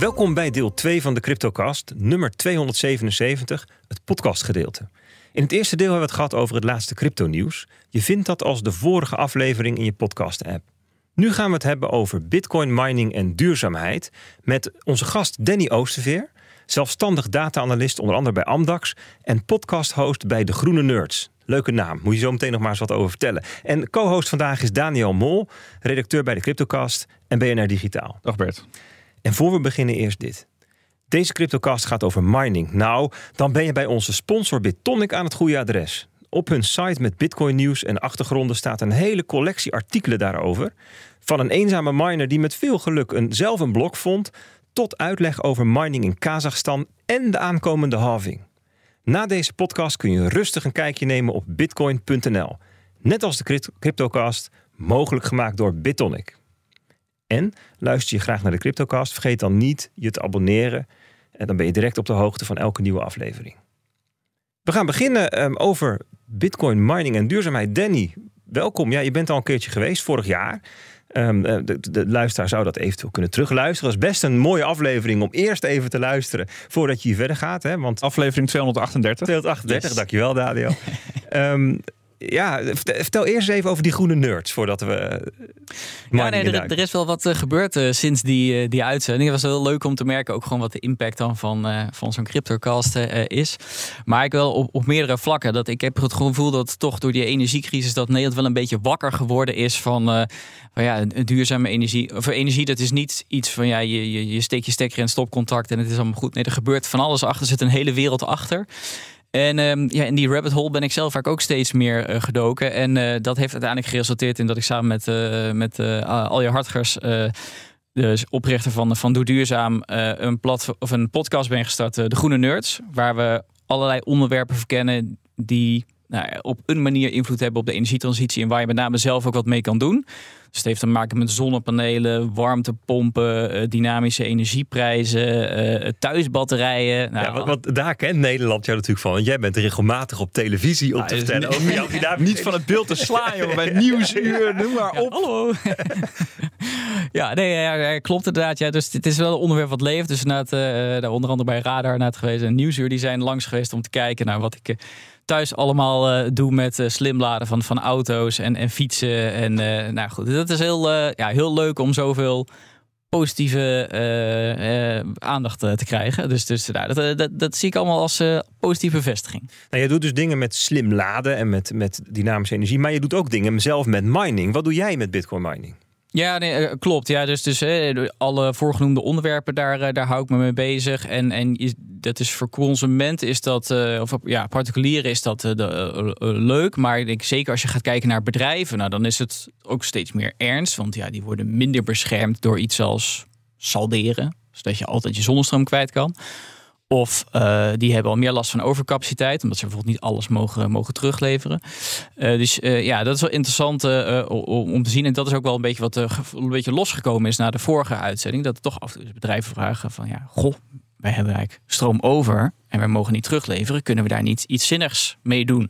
Welkom bij deel 2 van de CryptoCast, nummer 277, het podcastgedeelte. In het eerste deel hebben we het gehad over het laatste crypto-nieuws. Je vindt dat als de vorige aflevering in je podcast-app. Nu gaan we het hebben over bitcoin mining en duurzaamheid met onze gast Danny Oosterveer, zelfstandig data-analyst onder andere bij Amdax en podcast-host bij De Groene Nerds. Leuke naam, moet je zo meteen nog maar eens wat over vertellen. En co-host vandaag is Daniel Mol, redacteur bij de CryptoCast en BNR Digitaal. Dag Bert. En voor we beginnen eerst dit. Deze CryptoCast gaat over mining. Nou, dan ben je bij onze sponsor BitTonic aan het goede adres. Op hun site met Bitcoin nieuws en achtergronden staat een hele collectie artikelen daarover. Van een eenzame miner die met veel geluk zelf een blok vond, tot uitleg over mining in Kazachstan en de aankomende halving. Na deze podcast kun je rustig een kijkje nemen op bitcoin.nl. Net als de CryptoCast, mogelijk gemaakt door BitTonic. En luister je graag naar de CryptoCast, vergeet dan niet je te abonneren. En dan ben je direct op de hoogte van elke nieuwe aflevering. We gaan beginnen over bitcoin mining en duurzaamheid. Danny, welkom. Ja, je bent al een keertje geweest, vorig jaar. De luisteraar zou dat eventueel kunnen terugluisteren. Dat is best een mooie aflevering om eerst even te luisteren voordat je hier verder gaat. Hè? Want aflevering 238. 238, yes. Dankjewel Daniel. Vertel eerst even over die Groene Nerds voordat we. Er is wel wat gebeurd sinds die uitzending. Het was heel leuk om te merken ook gewoon wat de impact dan van zo'n CryptoCast is. Maar ik wel op meerdere vlakken. Ik heb het gevoel dat toch door die energiecrisis dat Nederland wel een beetje wakker geworden is van duurzame energie. Of energie, dat is niet iets van je steekt je stekker in stopcontact en het is allemaal goed. Nee, er gebeurt van alles achter. Er zit een hele wereld achter. En in die rabbit hole ben ik zelf vaak ook steeds meer gedoken. En dat heeft uiteindelijk geresulteerd in dat ik samen met Alje Hartgers, de oprichter van Doe Duurzaam, een podcast ben gestart, De Groene Nerds. Waar we allerlei onderwerpen verkennen die op een manier invloed hebben op de energietransitie en waar je met name zelf ook wat mee kan doen. Dus het heeft te maken met zonnepanelen, warmtepompen, dynamische energieprijzen, thuisbatterijen. Want daar kent Nederland jou natuurlijk van. Want jij bent regelmatig op televisie om te vertellen over jouw dynamische. Niet van het beeld te slaan, jongen, bij Nieuwsuur, noem maar op. Hallo. Klopt inderdaad. Ja, dus het is wel een onderwerp wat leeft. Dus onder andere bij Radar geweest en Nieuwsuur, die zijn langs geweest om te kijken naar wat ik thuis allemaal doe met slim laden van auto's en fietsen. En goed, dat is heel leuk om zoveel positieve aandacht te krijgen. Dus dat zie ik allemaal als positieve bevestiging. Nou, je doet dus dingen met slim laden en met dynamische energie. Maar je doet ook dingen zelf met mining. Wat doe jij met bitcoin mining? Ja, nee, klopt. Ja, dus alle voorgenoemde onderwerpen, daar hou ik me mee bezig. En dat is voor consumenten is dat, particulieren is dat leuk. Maar ik denk zeker als je gaat kijken naar bedrijven, dan is het ook steeds meer ernst. Want die worden minder beschermd door iets als salderen. Zodat je altijd je zonnestroom kwijt kan. Of die hebben al meer last van overcapaciteit, omdat ze bijvoorbeeld niet alles mogen terugleveren. Dat is wel interessant om te zien. En dat is ook wel een beetje wat een beetje losgekomen is na de vorige uitzending. Dat er toch af en toe bedrijven vragen van wij hebben eigenlijk stroom over en wij mogen niet terugleveren. Kunnen we daar niet iets zinnigs mee doen?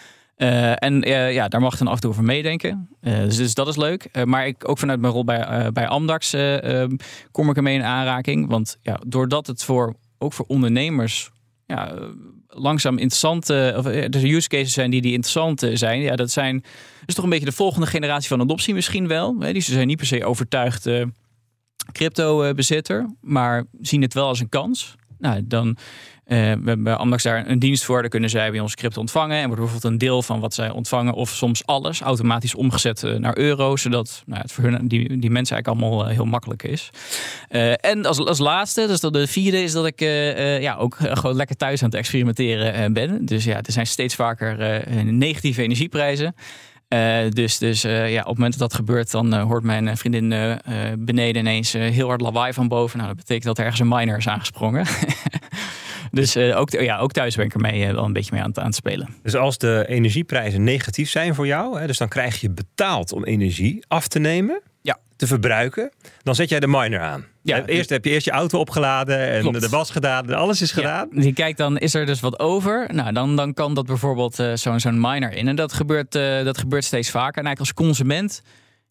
Daar mag ik dan af en toe over meedenken. Dus dat is leuk. Maar ook vanuit mijn rol bij Amdax kom ik ermee in aanraking. Want doordat het ook voor ondernemers langzaam interessante de use cases zijn die interessant zijn. Ja, dat is toch een beetje de volgende generatie van adoptie misschien wel. Die zijn niet per se overtuigd crypto bezitter, maar zien het wel als een kans. We hebben bij Amdax daar een dienst voor. Daar kunnen zij bij ons crypto ontvangen. En wordt bijvoorbeeld een deel van wat zij ontvangen, of soms alles, automatisch omgezet naar euro. Zodat het voor hun, die mensen eigenlijk allemaal heel makkelijk is. En als laatste, dus de vierde, is dat ik ook gewoon lekker thuis aan het experimenteren ben. Dus er zijn steeds vaker negatieve energieprijzen. Op het moment dat dat gebeurt, dan hoort mijn vriendin beneden ineens heel hard lawaai van boven. Dat betekent dat er ergens een miner is aangesprongen. Dus ook thuis ben ik ermee wel een beetje mee aan het spelen. Dus als de energieprijzen negatief zijn voor jou, dus dan krijg je betaald om energie af te nemen, te verbruiken, dan zet jij de miner aan. Ja, heb je je auto opgeladen en de was gedaan en alles is gedaan. Die kijkt dan, is er dus wat over? Dan kan dat bijvoorbeeld zo'n miner in. En dat gebeurt steeds vaker. En eigenlijk als consument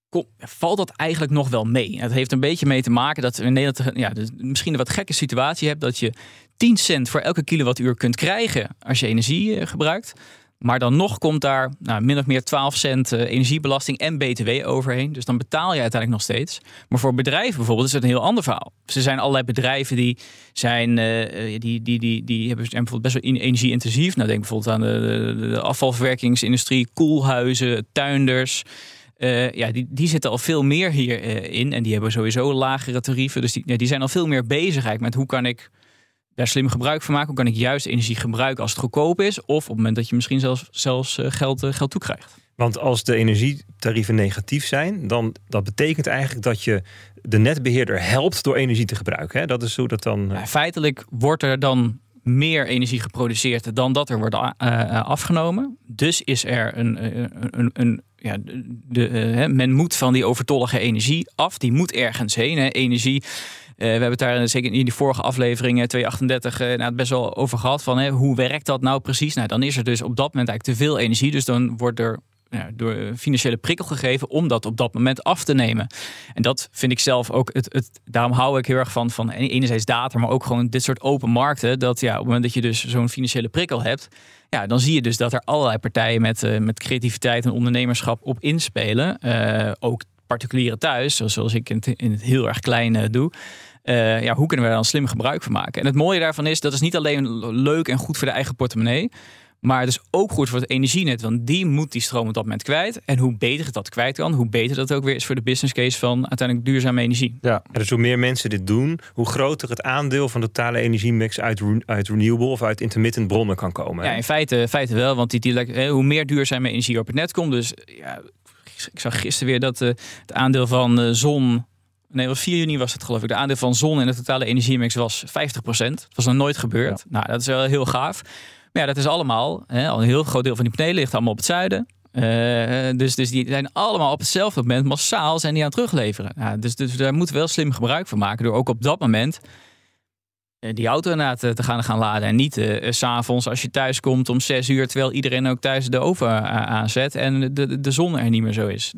valt dat eigenlijk nog wel mee. Het heeft een beetje mee te maken dat we in Nederland misschien een wat gekke situatie hebt, dat je 10 cent voor elke kilowattuur kunt krijgen als je energie gebruikt. Maar dan nog komt daar min of meer 12 cent energiebelasting en BTW overheen. Dus dan betaal je uiteindelijk nog steeds. Maar voor bedrijven bijvoorbeeld is het een heel ander verhaal. Er zijn allerlei bedrijven die zijn bijvoorbeeld best wel energie-intensief. Nou, denk bijvoorbeeld aan de afvalverwerkingsindustrie, koelhuizen, tuinders. Die zitten al veel meer hierin. En die hebben sowieso lagere tarieven. Dus die zijn al veel meer bezig eigenlijk met hoe kan ik daar slim gebruik van maken. Hoe kan ik juist energie gebruiken als het goedkoop is? Of op het moment dat je misschien zelfs geld toekrijgt. Want als de energietarieven negatief zijn, dan dat betekent eigenlijk dat je de netbeheerder helpt door energie te gebruiken. Hè? Dat is hoe dat dan. Feitelijk wordt er dan meer energie geproduceerd dan dat er wordt afgenomen. Dus is er men moet van die overtollige energie af. Die moet ergens heen. Hè? Energie. We hebben het daar zeker in die vorige aflevering 238 best wel over gehad. Van hoe werkt dat nou precies? Nou, dan is er dus op dat moment eigenlijk te veel energie. Dus dan wordt er door financiële prikkel gegeven om dat op dat moment af te nemen. En dat vind ik zelf ook, daarom hou ik heel erg van enerzijds data, maar ook gewoon dit soort open markten. Dat op het moment dat je dus zo'n financiële prikkel hebt, dan zie je dus dat er allerlei partijen met creativiteit en ondernemerschap op inspelen. Ook particulieren thuis, zoals ik in het heel erg klein doe. Hoe kunnen we daar dan slim gebruik van maken? En het mooie daarvan is, dat is niet alleen leuk en goed voor de eigen portemonnee, maar het is ook goed voor het energienet, want die moet die stroom op dat moment kwijt. En hoe beter het dat kwijt kan, hoe beter dat ook weer is voor de business case van uiteindelijk duurzame energie. Ja. Dus hoe meer mensen dit doen, hoe groter het aandeel van de totale energiemix uit renewable of uit intermittent bronnen kan komen. Ja, in feite wel, want hoe meer duurzame energie op het net komt. Dus ik zag gisteren weer dat het aandeel van zon. Nee, was 4 juni was het geloof ik. De aandeel van zon in de totale energiemix was 50%. Dat was nog nooit gebeurd. Ja. Nou, dat is wel heel gaaf. Maar dat is allemaal, al een heel groot deel van die panelen ligt allemaal op het zuiden. Dus die zijn allemaal op hetzelfde moment massaal zijn die aan het terugleveren. Dus daar moeten we wel slim gebruik van maken. Door ook op dat moment die auto inderdaad te gaan laden. En niet 's avonds als je thuis komt om 6 uur... terwijl iedereen ook thuis de oven aanzet en de zon er niet meer zo is.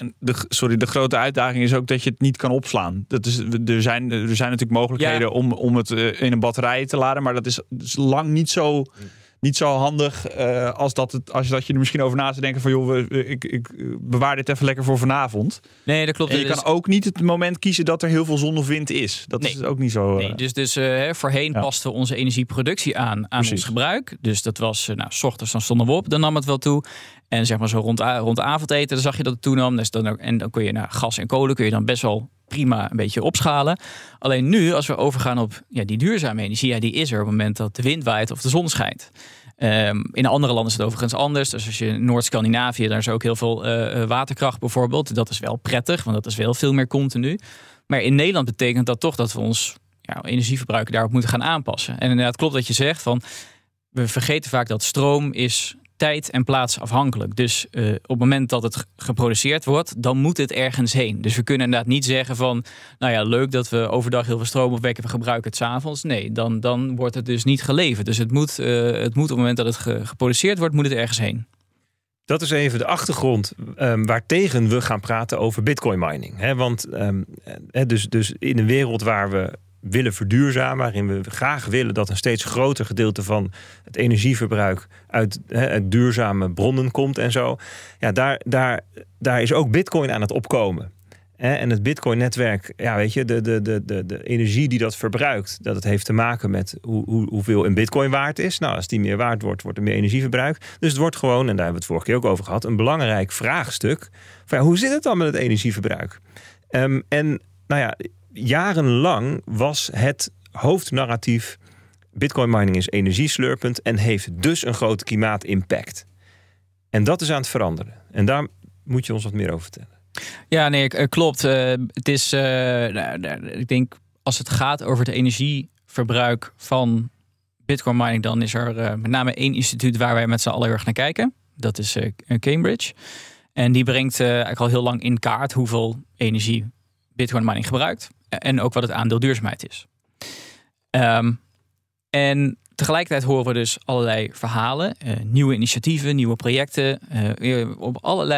De grote uitdaging is ook dat je het niet kan opslaan. Er zijn natuurlijk mogelijkheden om het in een batterij te laden. Maar dat is lang niet zo handig als dat je er misschien over na te denken van joh, ik bewaar dit even lekker voor vanavond. Nee, dat klopt. En je kan ook niet het moment kiezen dat er heel veel zon of wind is. Dat is ook niet zo. Nee, dus voorheen pasten we onze energieproductie aan ons gebruik. Dus dat was, 's ochtends dan stonden we op, dan nam het wel toe. En zeg maar zo rond avondeten, dan zag je dat het toenam. Dus en dan kun je gas en kolen kun je dan best wel prima een beetje opschalen. Alleen nu, als we overgaan op die duurzame energie, die is er op het moment dat de wind waait of de zon schijnt. In andere landen is het overigens anders. Dus als je Noord-Scandinavië, daar is ook heel veel waterkracht bijvoorbeeld. Dat is wel prettig, want dat is wel veel meer continu. Maar in Nederland betekent dat toch dat we ons energieverbruik daarop moeten gaan aanpassen. En inderdaad klopt wat je zegt. We vergeten vaak dat stroom is tijd en plaats afhankelijk. Dus op het moment dat het geproduceerd wordt, dan moet het ergens heen. Dus we kunnen inderdaad niet zeggen van, leuk dat we overdag heel veel stroom opwekken, we gebruiken het 's avonds. Nee, dan wordt het dus niet geleverd. Dus het moet op het moment dat het geproduceerd wordt, moet het ergens heen. Dat is even de achtergrond waartegen we gaan praten over bitcoin mining. Want dus in een wereld waar we willen verduurzamen, waarin we graag willen dat een steeds groter gedeelte van het energieverbruik uit duurzame bronnen komt en zo. Ja, daar is ook bitcoin aan het opkomen. En het bitcoin-netwerk, de energie die dat verbruikt, dat het heeft te maken met hoeveel een bitcoin waard is. Nou, als die meer waard wordt, wordt er meer energie verbruikt. Dus het wordt gewoon, en daar hebben we het vorige keer ook over gehad, een belangrijk vraagstuk. Van, hoe zit het dan met het energieverbruik? Jarenlang was het hoofdnarratief bitcoin mining is energieslurpend en heeft dus een grote klimaatimpact. En dat is aan het veranderen. En daar moet je ons wat meer over vertellen. Ja, nee, klopt. Het is, ik denk, als het gaat over het energieverbruik van bitcoin mining, dan is er met name 1 instituut waar wij met z'n allen erg naar kijken. Dat is Cambridge. En die brengt eigenlijk al heel lang in kaart hoeveel energie bitcoin mining gebruikt. En ook wat het aandeel duurzaamheid is. En tegelijkertijd horen we dus allerlei verhalen, nieuwe initiatieven, nieuwe projecten op allerlei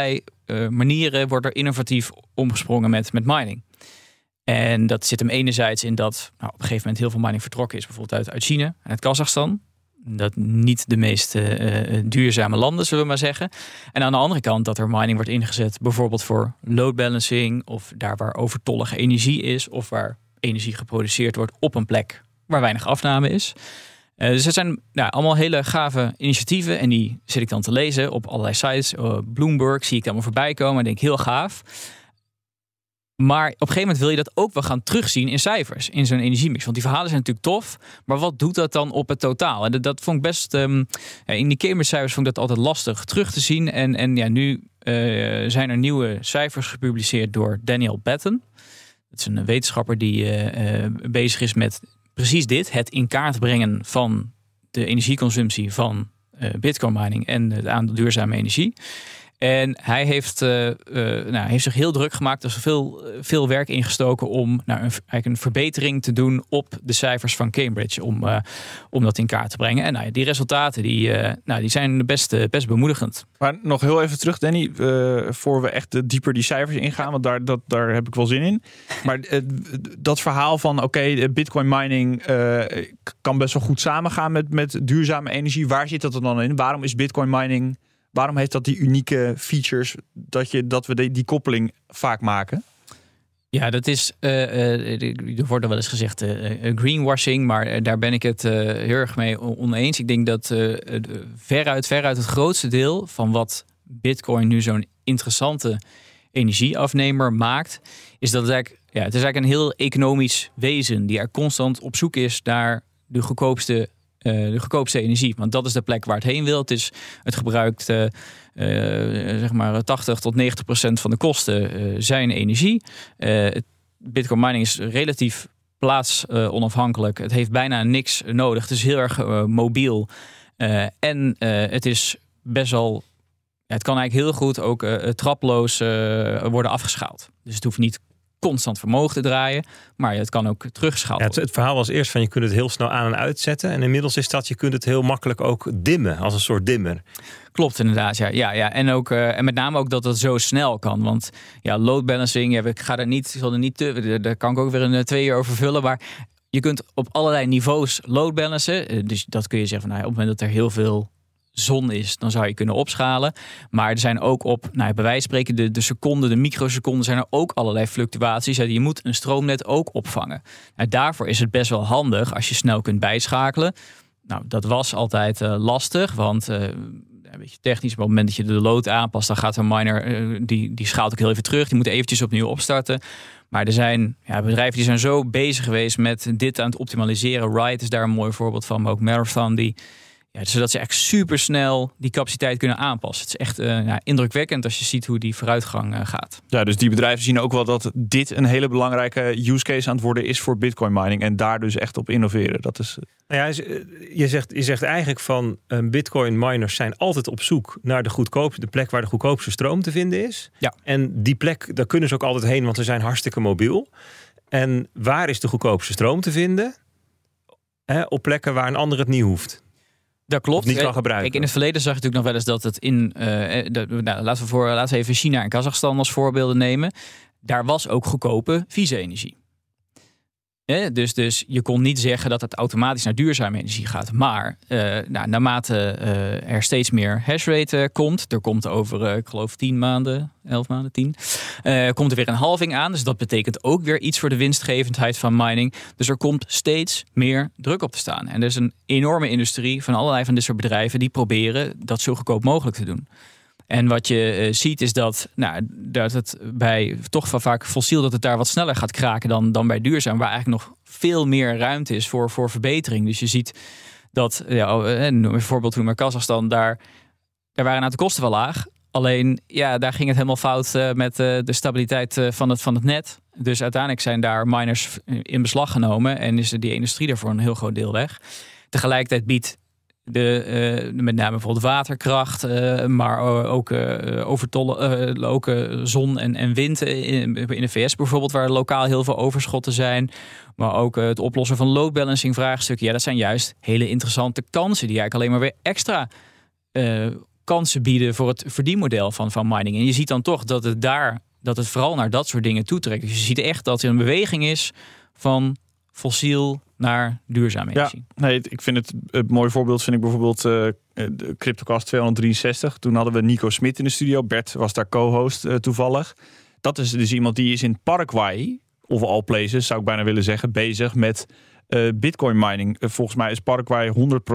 manieren wordt er innovatief omgesprongen met mining. En dat zit hem enerzijds in dat op een gegeven moment heel veel mining vertrokken is, bijvoorbeeld uit China en uit Kazachstan. Dat niet de meest duurzame landen, zullen we maar zeggen. En aan de andere kant dat er mining wordt ingezet, bijvoorbeeld voor load balancing, of daar waar overtollige energie is, of waar energie geproduceerd wordt op een plek waar weinig afname is. Dus het zijn allemaal hele gave initiatieven. En die zit ik dan te lezen op allerlei sites. Bloomberg zie ik allemaal voorbij komen en denk heel gaaf. Maar op een gegeven moment wil je dat ook wel gaan terugzien in cijfers, in zo'n energiemix. Want die verhalen zijn natuurlijk tof, maar wat doet dat dan op het totaal? En dat vond ik best, in die Cambridge cijfers vond ik dat altijd lastig terug te zien. En nu zijn er nieuwe cijfers gepubliceerd door Daniel Batten. Dat is een wetenschapper die bezig is met precies dit, het in kaart brengen van de energieconsumptie van Bitcoin mining en het aandeel duurzame energie. En hij heeft zich heel druk gemaakt. Er is veel werk ingestoken om eigenlijk een verbetering te doen op de cijfers van Cambridge. Om dat in kaart te brengen. En die resultaten die zijn best bemoedigend. Maar nog heel even terug, Danny. Voor we echt dieper die cijfers ingaan. Want daar heb ik wel zin in. Maar dat verhaal van Bitcoin mining kan best wel goed samengaan met duurzame energie. Waar zit dat er dan in? Waarom is Bitcoin mining... Waarom heeft dat die unieke features dat we die koppeling vaak maken? Ja, dat is, er wordt er wel eens gezegd greenwashing, maar daar ben ik het heel erg mee oneens. Ik denk dat veruit het grootste deel van wat Bitcoin nu zo'n interessante energieafnemer maakt, is dat het is eigenlijk een heel economisch wezen die er constant op zoek is naar de goedkoopste energie. Want dat is de plek waar het heen wil. Het gebruikt 80 tot 90% van de kosten zijn energie. Bitcoin mining is relatief plaatsonafhankelijk. Het heeft bijna niks nodig. Het is heel erg mobiel. En het is best wel... het kan eigenlijk heel goed ook traploos worden afgeschaald. Dus het hoeft niet constant vermogen te draaien, maar het kan ook teruggeschaald worden. Het verhaal was eerst van je kunt het heel snel aan en uitzetten. En inmiddels is dat je kunt het heel makkelijk ook dimmen, als een soort dimmer. Klopt inderdaad, ja. En ook en met name ook dat het zo snel kan. Want load balancing, daar kan ik ook weer een 2 uur over vullen. Maar je kunt op allerlei niveaus load balancen. Dus dat kun je zeggen van op het moment dat er heel veel zon is, dan zou je kunnen opschalen. Maar er zijn ook op, bij wijze van spreken, de seconden, de microseconden, zijn er ook allerlei fluctuaties. Je moet een stroomnet ook opvangen. Daarvoor is het best wel handig als je snel kunt bijschakelen. Dat was altijd lastig, want een beetje technisch, op het moment dat je de load aanpast, dan gaat een miner, die schaalt ook heel even terug. Die moet eventjes opnieuw opstarten. Maar er zijn bedrijven die zijn zo bezig geweest met dit aan het optimaliseren. Riot is daar een mooi voorbeeld van, maar ook Marathon, zodat ze echt supersnel die capaciteit kunnen aanpassen. Het is echt indrukwekkend als je ziet hoe die vooruitgang gaat. Ja, dus die bedrijven zien ook wel dat dit een hele belangrijke use case aan het worden is voor Bitcoin mining. En daar dus echt op innoveren. Dat is... Je zegt eigenlijk van Bitcoin miners zijn altijd op zoek naar de plek waar de goedkoopste stroom te vinden is. Ja. En die plek, daar kunnen ze ook altijd heen, want ze zijn hartstikke mobiel. En waar is de goedkoopste stroom te vinden? Op plekken waar een ander het niet hoeft. Dat klopt. Niet kan gebruiken. Kijk, in het verleden zag je natuurlijk nog wel eens dat het laten we even China en Kazachstan als voorbeelden nemen. Daar was ook goedkope vieze-energie. Dus je kon niet zeggen dat het automatisch naar duurzame energie gaat. Maar naarmate er steeds meer hashrate komt, er komt over, ik geloof 11 maanden, komt er weer een halving aan. Dus dat betekent ook weer iets voor de winstgevendheid van mining. Dus er komt steeds meer druk op te staan. En er is een enorme industrie van allerlei van dit soort bedrijven die proberen dat zo goedkoop mogelijk te doen. En wat je ziet is dat het bij toch van vaak fossiel, dat het daar wat sneller gaat kraken dan bij duurzaam, waar eigenlijk nog veel meer ruimte is voor verbetering. Dus je ziet dat, bijvoorbeeld noem maar Kazachstan, daar waren een aantal kosten wel laag. Alleen, daar ging het helemaal fout met de stabiliteit van het net. Dus uiteindelijk zijn daar miners in beslag genomen en is die industrie daarvoor een heel groot deel weg. Tegelijkertijd biedt met name bijvoorbeeld waterkracht, maar ook ook zon en wind in de VS bijvoorbeeld, waar lokaal heel veel overschotten zijn. Maar ook het oplossen van load balancing vraagstukken. Ja, dat zijn juist hele interessante kansen die eigenlijk alleen maar weer extra kansen bieden voor het verdienmodel van mining. En je ziet dan toch dat het vooral naar dat soort dingen toetrekt. Dus je ziet echt dat er een beweging is van fossiel naar duurzame energie. Ja, nee, ik vind het mooi voorbeeld vind ik bijvoorbeeld de CryptoCast 263. Toen hadden we Nico Smit in de studio. Bert was daar co-host toevallig. Dat is dus iemand die is in Paraguay, of all places zou ik bijna willen zeggen, bezig met Bitcoin mining. Volgens mij is Paraguay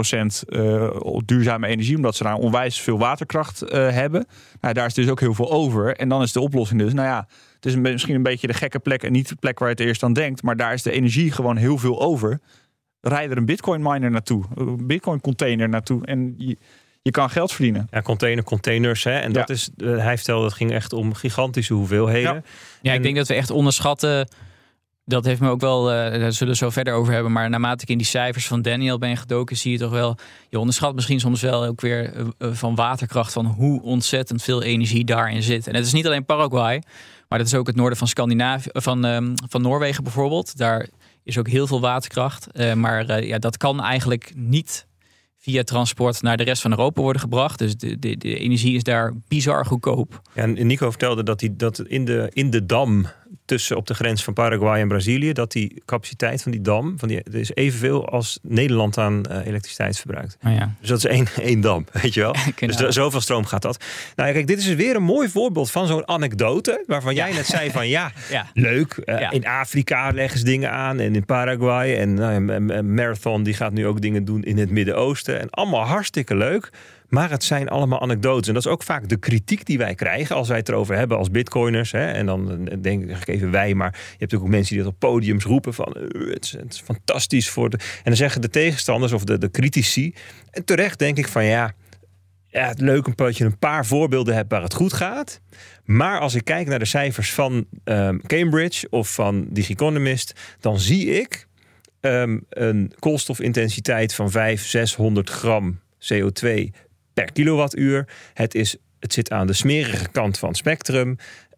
100% duurzame energie, omdat ze daar onwijs veel waterkracht hebben. Nou, daar is dus ook heel veel over. En dan is de oplossing dus, het is misschien een beetje de gekke plek en niet de plek waar je het eerst aan denkt, maar daar is de energie gewoon heel veel over. Rijd er een Bitcoin miner naartoe, een Bitcoin container naartoe en je kan geld verdienen. Ja, containers. Hè? En dat is, hij vertelde, het ging echt om gigantische hoeveelheden. Ja, ik denk dat we echt onderschatten. Dat heeft me ook wel, daar zullen we zo verder over hebben. Maar naarmate ik in die cijfers van Daniel ben gedoken, zie je toch wel, je onderschat misschien soms wel ook weer van waterkracht, van hoe ontzettend veel energie daarin zit. En het is niet alleen Paraguay, maar dat is ook het noorden van Scandinavië, van Noorwegen bijvoorbeeld. Daar is ook heel veel waterkracht. Maar dat kan eigenlijk niet via transport naar de rest van Europa worden gebracht. Dus de energie is daar bizar goedkoop. Ja, en Nico vertelde dat in de dam tussen op de grens van Paraguay en Brazilië, dat die capaciteit van die dam, er is evenveel als Nederland aan elektriciteit verbruikt. Oh ja. Dus dat is één dam, weet je wel. Dus zoveel stroom gaat dat. Nou, kijk, dit is weer een mooi voorbeeld van zo'n anekdote, waarvan jij net zei van leuk. In Afrika leggen ze dingen aan en in Paraguay en Marathon die gaat nu ook dingen doen in het Midden-Oosten en allemaal hartstikke leuk. Maar het zijn allemaal anekdotes. En dat is ook vaak de kritiek die wij krijgen als wij het erover hebben als bitcoiners. Hè? En dan denk ik even wij, maar je hebt natuurlijk ook mensen die dat op podiums roepen van het is fantastisch en dan zeggen de tegenstanders of de critici. En terecht denk ik van het leuk dat je een paar voorbeelden hebt waar het goed gaat. Maar als ik kijk naar de cijfers van Cambridge of van Digiconomist, dan zie ik een koolstofintensiteit van 500-600 gram CO2 per kilowattuur. Het zit aan de smerige kant van het spectrum.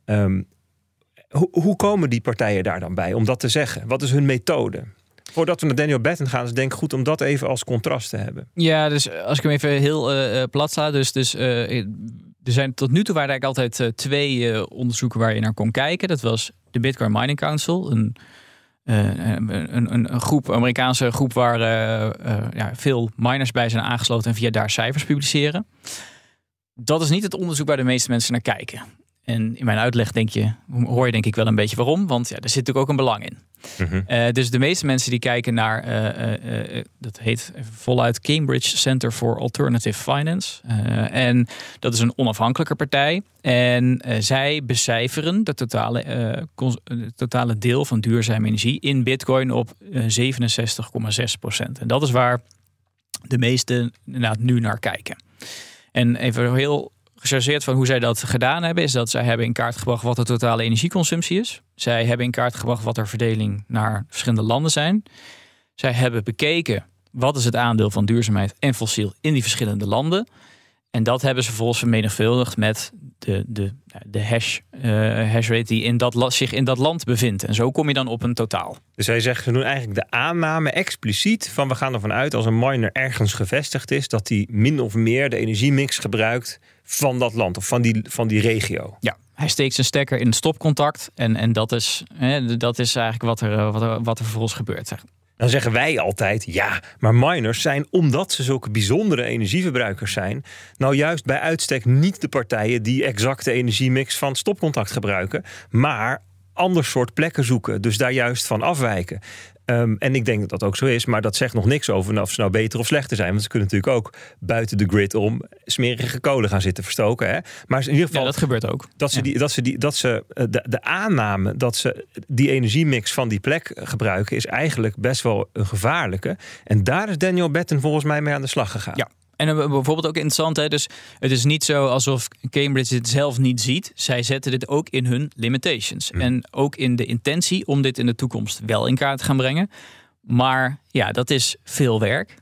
Hoe komen die partijen daar dan bij om dat te zeggen? Wat is hun methode? Voordat we naar Daniel Batten gaan, is het denk ik goed om dat even als contrast te hebben. Ja, dus als ik hem even heel plat sla. Er zijn tot nu toe waren er eigenlijk altijd twee onderzoeken waar je naar kon kijken. Dat was de Bitcoin Mining Council, een groep, Amerikaanse groep waar veel miners bij zijn aangesloten en via daar cijfers publiceren. Dat is niet het onderzoek waar de meeste mensen naar kijken. En in mijn uitleg hoor je denk ik wel een beetje waarom, want er zit natuurlijk ook een belang in. Mm-hmm. Dus de meeste mensen die kijken naar, dat heet even voluit Cambridge Center for Alternative Finance. En dat is een onafhankelijke partij. En zij becijferen de totale deel van duurzame energie in Bitcoin op 67,6%. En dat is waar de meesten inderdaad nu naar kijken. En even heel gechargeerd van hoe zij dat gedaan hebben, is dat zij hebben in kaart gebracht wat de totale energieconsumptie is. Zij hebben in kaart gebracht wat er verdeling naar verschillende landen zijn. Zij hebben bekeken wat is het aandeel van duurzaamheid en fossiel in die verschillende landen. En dat hebben ze vervolgens vermenigvuldigd met de hashrate die zich in dat land bevindt. En zo kom je dan op een totaal. Dus zij zeggen, ze doen eigenlijk de aanname expliciet van we gaan ervan uit als een miner ergens gevestigd is, dat die min of meer de energiemix gebruikt van dat land of van die regio. Ja, hij steekt zijn stekker in het stopcontact en dat is eigenlijk wat er vervolgens gebeurt. Zeg. Dan zeggen wij altijd, maar miners zijn, omdat ze zulke bijzondere energieverbruikers zijn, nou juist bij uitstek niet de partijen die exact de energiemix van stopcontact gebruiken, maar ander soort plekken zoeken. Dus daar juist van afwijken. En ik denk dat dat ook zo is, maar dat zegt nog niks over of ze nou beter of slechter zijn. Want ze kunnen natuurlijk ook buiten de grid om smerige kolen gaan zitten verstoken. Hè? Maar in ieder geval, dat gebeurt ook. De aanname dat ze die energiemix van die plek gebruiken, is eigenlijk best wel een gevaarlijke. En daar is Daniel Batten volgens mij mee aan de slag gegaan. Ja. En bijvoorbeeld ook interessant, hè? Dus het is niet zo alsof Cambridge het zelf niet ziet. Zij zetten dit ook in hun limitations. En ook in de intentie om dit in de toekomst wel in kaart te gaan brengen. Maar dat is veel werk.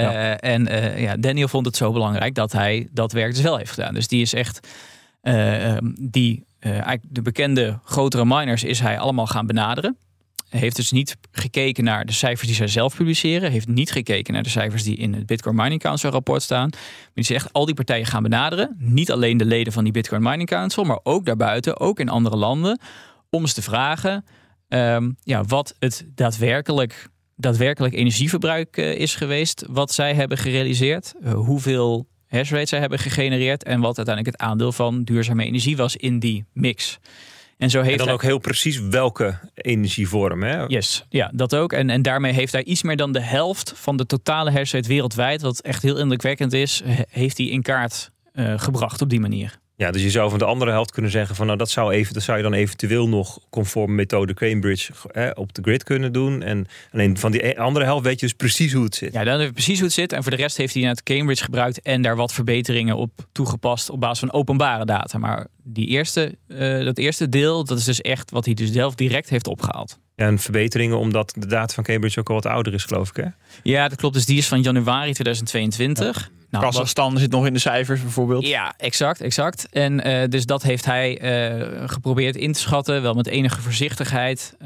Daniel vond het zo belangrijk dat hij dat werk dus wel heeft gedaan. Dus die is echt eigenlijk de bekende grotere miners is hij allemaal gaan benaderen. heeft dus niet gekeken naar de cijfers die zij zelf publiceren. Heeft niet gekeken naar de cijfers die in het Bitcoin Mining Council rapport staan. Maar die zegt al die partijen gaan benaderen. Niet alleen de leden van die Bitcoin Mining Council, maar ook daarbuiten, ook in andere landen. Om eens te vragen wat het daadwerkelijk energieverbruik is geweest. Wat zij hebben gerealiseerd. Hoeveel hashrate zij hebben gegenereerd. En wat uiteindelijk het aandeel van duurzame energie was in die mix. En zo heeft en dan hij ook heel precies welke energievorm. Hè? Yes, ja, dat ook. En daarmee heeft hij iets meer dan de helft van de totale hashrate wereldwijd, wat echt heel indrukwekkend is, heeft hij in kaart gebracht op die manier. Ja, dus je zou van de andere helft kunnen zeggen van dat zou je dan eventueel nog conform methode Cambridge op de grid kunnen doen. En alleen van die andere helft weet je dus precies hoe het zit. Ja, dan weet je precies hoe het zit. En voor de rest heeft hij net Cambridge gebruikt en daar wat verbeteringen op toegepast op basis van openbare data. Maar dat eerste deel, dat is dus echt wat hij dus zelf direct heeft opgehaald. Ja, en verbeteringen omdat de data van Cambridge ook al wat ouder is, geloof ik, hè? Ja, dat klopt. Dus die is van januari 2022. Ja. Kazachstan zit nog in de cijfers bijvoorbeeld. Ja, exact. En dus dat heeft hij geprobeerd in te schatten. Wel met enige voorzichtigheid.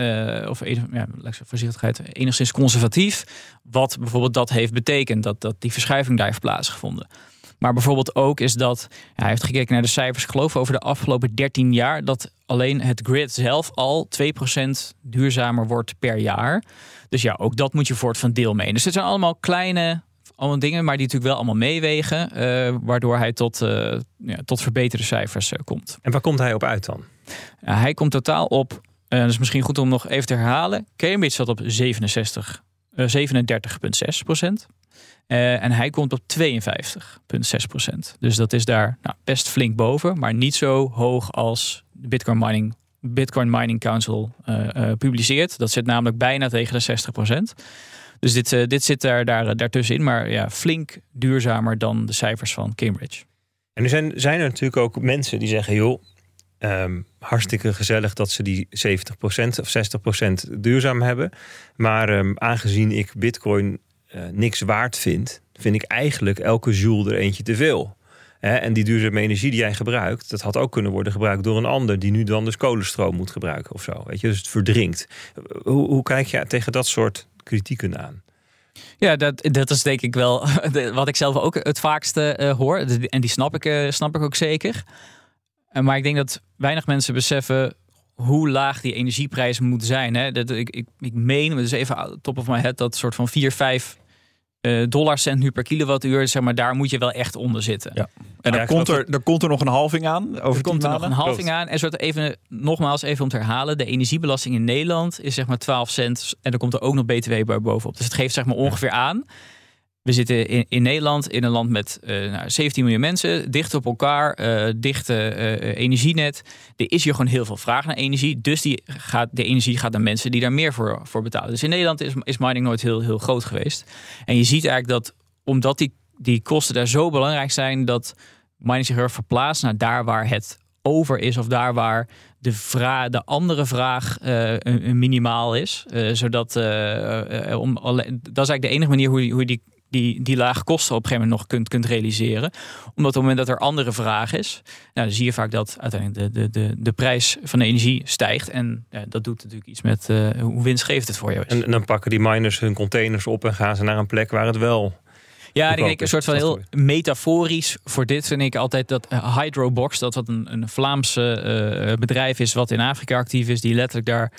Enigszins conservatief. Wat bijvoorbeeld dat heeft betekend. Dat die verschuiving daar heeft plaatsgevonden. Maar bijvoorbeeld ook is dat hij heeft gekeken naar de cijfers, geloof over de afgelopen 13 jaar, dat alleen het grid zelf al 2% duurzamer wordt per jaar. Dus ja, ook dat moet je voor het van deel mee. Dus dit zijn allemaal dingen, maar die natuurlijk wel allemaal meewegen, waardoor hij tot verbeterde cijfers komt. En waar komt hij op uit dan? Hij komt totaal op, dat is misschien goed om nog even te herhalen, Cambridge zat op 37,6%. En hij komt op 52,6%. Dus dat is daar best flink boven, maar niet zo hoog als de Bitcoin Mining Council publiceert. Dat zit namelijk bijna tegen de 60%. Dus dit zit daartussenin, maar flink duurzamer dan de cijfers van Cambridge. En nu zijn er natuurlijk ook mensen die zeggen, joh, hartstikke gezellig dat ze die 70% of 60% duurzaam hebben. Maar aangezien ik Bitcoin niks waard vind ik eigenlijk elke joule er eentje te veel. En die duurzame energie die jij gebruikt, dat had ook kunnen worden gebruikt door een ander die nu dan dus kolenstroom moet gebruiken of zo. Weet je, dus het verdrinkt. Hoe kijk je tegen dat soort kritieken aan? Ja, dat is denk ik wel wat ik zelf ook het vaakste hoor. En die snap ik ook zeker. Maar ik denk dat weinig mensen beseffen hoe laag die energieprijs moet zijn. Hè? Ik meen, dus even top of my head, dat soort van 4-5 dollarcent nu per kilowattuur, zeg maar, daar moet je wel echt onder zitten. Ja. En dan komt er nog een halving aan. Er komt er nog een halving aan. En soort even om te herhalen, de energiebelasting in Nederland is zeg maar 12 cent. En er komt er ook nog BTW bovenop. Dus het geeft zeg maar ongeveer aan. We zitten in Nederland, in een land met 17 miljoen mensen, dicht op elkaar, dichte energienet. Er is hier gewoon heel veel vraag naar energie. Dus de energie gaat naar mensen die daar meer voor betalen. Dus in Nederland is mining nooit heel groot geweest. En je ziet eigenlijk dat, omdat die kosten daar zo belangrijk zijn, dat mining zich er verplaatst naar daar waar het over is, of daar waar de andere vraag minimaal is. Zodat dat is eigenlijk de enige manier hoe je die lage kosten op een gegeven moment nog kunt realiseren. Omdat op het moment dat er andere vraag is, dan zie je vaak dat uiteindelijk de prijs van de energie stijgt. En dat doet natuurlijk iets met hoe winstgevend het voor jou is. En dan pakken die miners hun containers op en gaan ze naar een plek waar het wel... Ja, ik denk een soort van heel metaforisch voor dit vind ik altijd dat Hydrobox, dat wat een Vlaamse bedrijf is wat in Afrika actief is, die letterlijk daar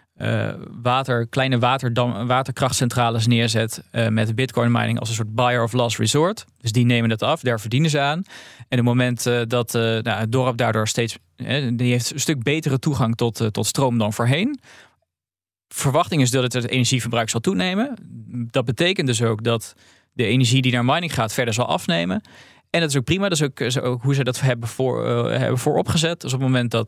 kleine waterkrachtcentrales neerzet met Bitcoin mining als een soort buyer of last resort. Dus die nemen dat af, daar verdienen ze aan. En op het moment dat het dorp daardoor steeds, die heeft een stuk betere toegang tot stroom dan voorheen. Verwachting is dat het energieverbruik zal toenemen. Dat betekent dus ook dat de energie die naar mining gaat verder zal afnemen. En dat is ook prima. Dat is ook hoe ze dat hebben vooropgezet. Dus op het moment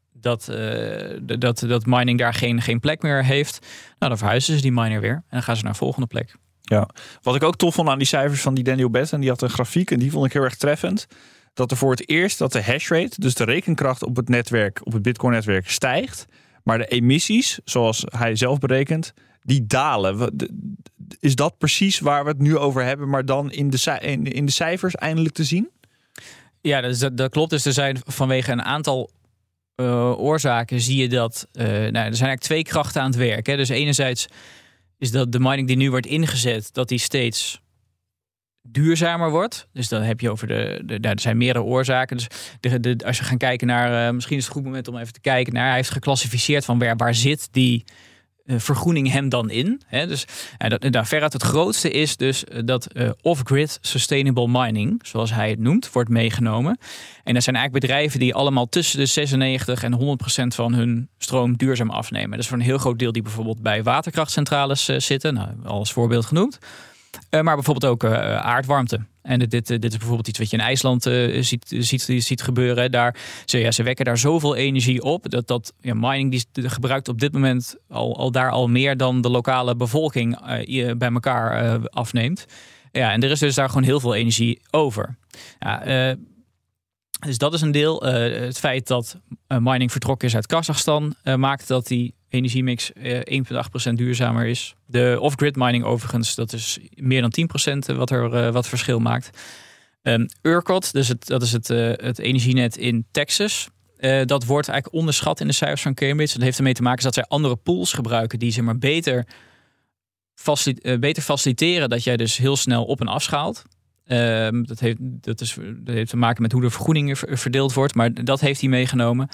dat mining daar geen plek meer heeft, dan verhuizen ze die miner weer. En dan gaan ze naar een volgende plek. Ja. Wat ik ook tof vond aan die cijfers van die Daniel Batten, die had een grafiek en die vond ik heel erg treffend. Dat er voor het eerst dat de hashrate, dus de rekenkracht op het netwerk, op het Bitcoin-netwerk stijgt. Maar de emissies, zoals hij zelf berekent, die dalen. Is dat precies waar we het nu over hebben, maar dan in de cijfers eindelijk te zien? Ja, dat klopt. Dus er zijn vanwege een aantal oorzaken zie je dat er zijn eigenlijk 2 krachten aan het werk. Hè. Dus enerzijds is dat de mining die nu wordt ingezet, dat die steeds duurzamer wordt. Dus dan heb je over er zijn meerdere oorzaken. Dus als je gaat kijken naar, misschien is het een goed moment om even te kijken naar, hij heeft geclassificeerd van waar zit die vergroening hem dan in. Hè? Dus veruit het grootste is dus dat off-grid sustainable mining, zoals hij het noemt, wordt meegenomen. En dat zijn eigenlijk bedrijven die allemaal tussen de 96 en 100% van hun stroom duurzaam afnemen. Dat is voor een heel groot deel die bijvoorbeeld bij waterkrachtcentrales zitten. Nou, al als voorbeeld genoemd. Maar bijvoorbeeld ook aardwarmte. En dit is bijvoorbeeld iets wat je in IJsland ziet gebeuren. Ze wekken daar zoveel energie op dat mining die gebruikt op dit moment al meer dan de lokale bevolking bij elkaar afneemt. Ja, en er is dus daar gewoon heel veel energie over. Ja, dus dat is een deel. Het feit dat mining vertrokken is uit Kazachstan maakt dat die energiemix 1,8% duurzamer is. De off-grid mining overigens, dat is meer dan 10% wat verschil maakt. ERCOT, dus dat is het energienet in Texas. Dat wordt eigenlijk onderschat in de cijfers van Cambridge. Dat heeft ermee te maken dat zij andere pools gebruiken die maar beter faciliteren dat jij dus heel snel op en afschaalt. Dat heeft te maken met hoe de vergoeding verdeeld wordt, maar dat heeft hij meegenomen.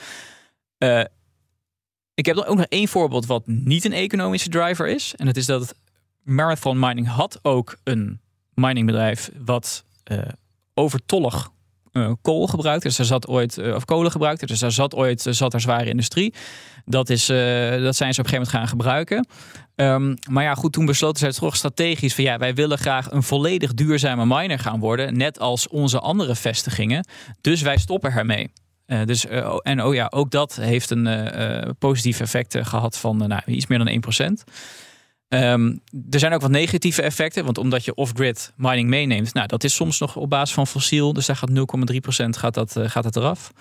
Ik heb dan ook nog 1 voorbeeld wat niet een economische driver is. En dat is dat Marathon Mining had ook een miningbedrijf wat overtollig kool gebruikt. Dus daar zat ooit, of kolen gebruikt. Dus daar zat er zware industrie. Dat zijn ze op een gegeven moment gaan gebruiken. Maar ja, goed, toen besloten zij toch strategisch van wij willen graag een volledig duurzame miner gaan worden. Net als onze andere vestigingen. Dus wij stoppen ermee. Ook dat heeft een positief effect gehad van iets meer dan 1%. Er zijn ook wat negatieve effecten, want omdat je off-grid mining meeneemt, dat is soms nog op basis van fossiel, dus daar gaat 0,3% gaat het eraf.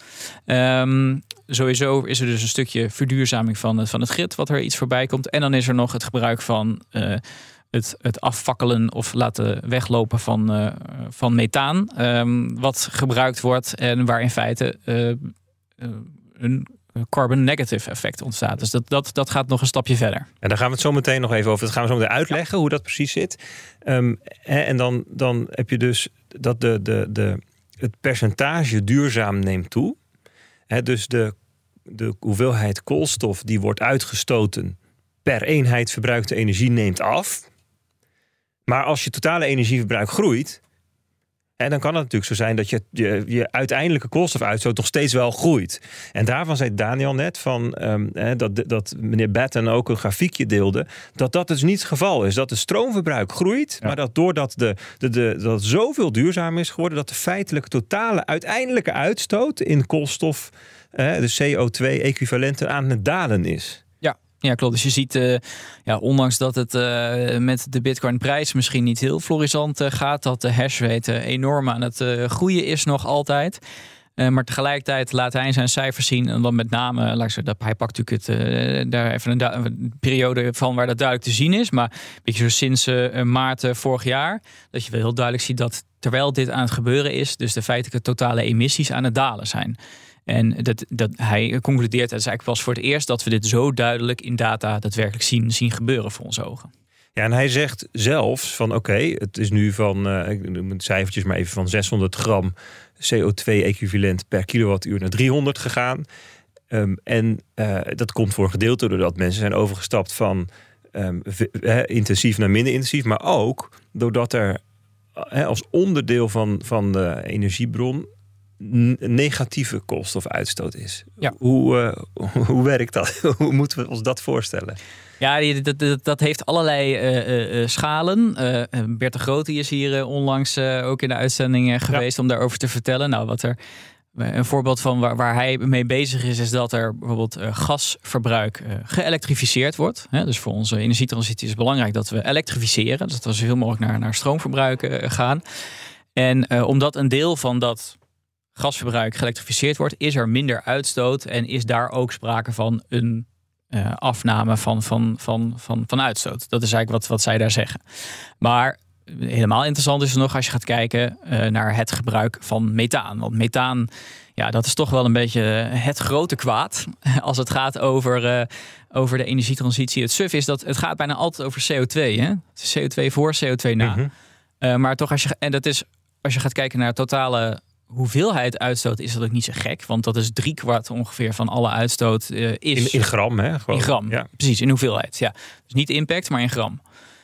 Sowieso is er dus een stukje verduurzaming van het grid, wat er iets voorbij komt. En dan is er nog het gebruik van het afvakkelen of laten weglopen van methaan, wat gebruikt wordt en waar in feite een carbon negative effect ontstaat. Dus dat gaat nog een stapje verder. En daar gaan we het zo meteen nog even over. Dat gaan we zo meteen uitleggen hoe dat precies zit. En dan heb je dus dat het percentage duurzaam neemt toe. Dus de hoeveelheid koolstof die wordt uitgestoten per eenheid verbruikte energie neemt af. Maar als je totale energieverbruik groeit, dan kan het natuurlijk zo zijn dat je uiteindelijke koolstofuitstoot nog steeds wel groeit. En daarvan zei Daniel net dat meneer Batten ook een grafiekje deelde, dat dus niet het geval is. Dat het stroomverbruik groeit, maar dat doordat dat zoveel duurzaam is geworden, dat de feitelijke totale uiteindelijke uitstoot in koolstof, de CO2-equivalenten, aan het dalen is. Ja, klopt. Dus je ziet, ondanks dat het met de Bitcoin-prijs misschien niet heel florissant gaat, dat de hashrate enorm aan het groeien is nog altijd. Maar tegelijkertijd laat hij zijn cijfers zien. En dan met name, hij pakt natuurlijk daar even een periode van waar dat duidelijk te zien is. Maar een beetje zo sinds maart vorig jaar, dat je wel heel duidelijk ziet dat terwijl dit aan het gebeuren is, dus de feitelijke totale emissies aan het dalen zijn. En dat hij concludeert, het is eigenlijk pas voor het eerst dat we dit zo duidelijk in data daadwerkelijk zien gebeuren voor onze ogen. Ja, en hij zegt zelfs van het is nu van, ik noem het cijfertjes maar even, van 600 gram CO2-equivalent per kilowattuur naar 300 gegaan. Dat komt voor een gedeelte doordat mensen zijn overgestapt van intensief naar minder intensief. Maar ook doordat er als onderdeel van de energiebron negatieve koolstofuitstoot is. Ja. Hoe werkt dat? Hoe moeten we ons dat voorstellen? Ja, dat heeft allerlei schalen. Bert de Groot is hier onlangs ook in de uitzending geweest om daarover te vertellen. Nou, een voorbeeld van waar hij mee bezig is dat er bijvoorbeeld gasverbruik geëlektrificeerd wordt. Dus voor onze energietransitie is het belangrijk dat we elektrificeren. Dus dat we zoveel mogelijk naar stroomverbruik gaan. En omdat een deel van dat gasverbruik geëlektrificeerd wordt, is er minder uitstoot en is daar ook sprake van een afname van uitstoot. Dat is eigenlijk wat zij daar zeggen. Maar helemaal interessant is het nog als je gaat kijken naar het gebruik van methaan. Want methaan Ja, dat is toch wel een beetje het grote kwaad als het gaat over de energietransitie. Het suf is dat het gaat bijna altijd over CO2. Hè? CO2 voor, CO2 na. Mm-hmm. Maar toch als je gaat kijken naar het totale hoeveelheid uitstoot, is dat ook niet zo gek. Want dat is 3/4 ongeveer van alle uitstoot. In gram, hè? Gewoon. In gram, ja. Precies, in hoeveelheid. Ja. Dus niet impact, maar in gram.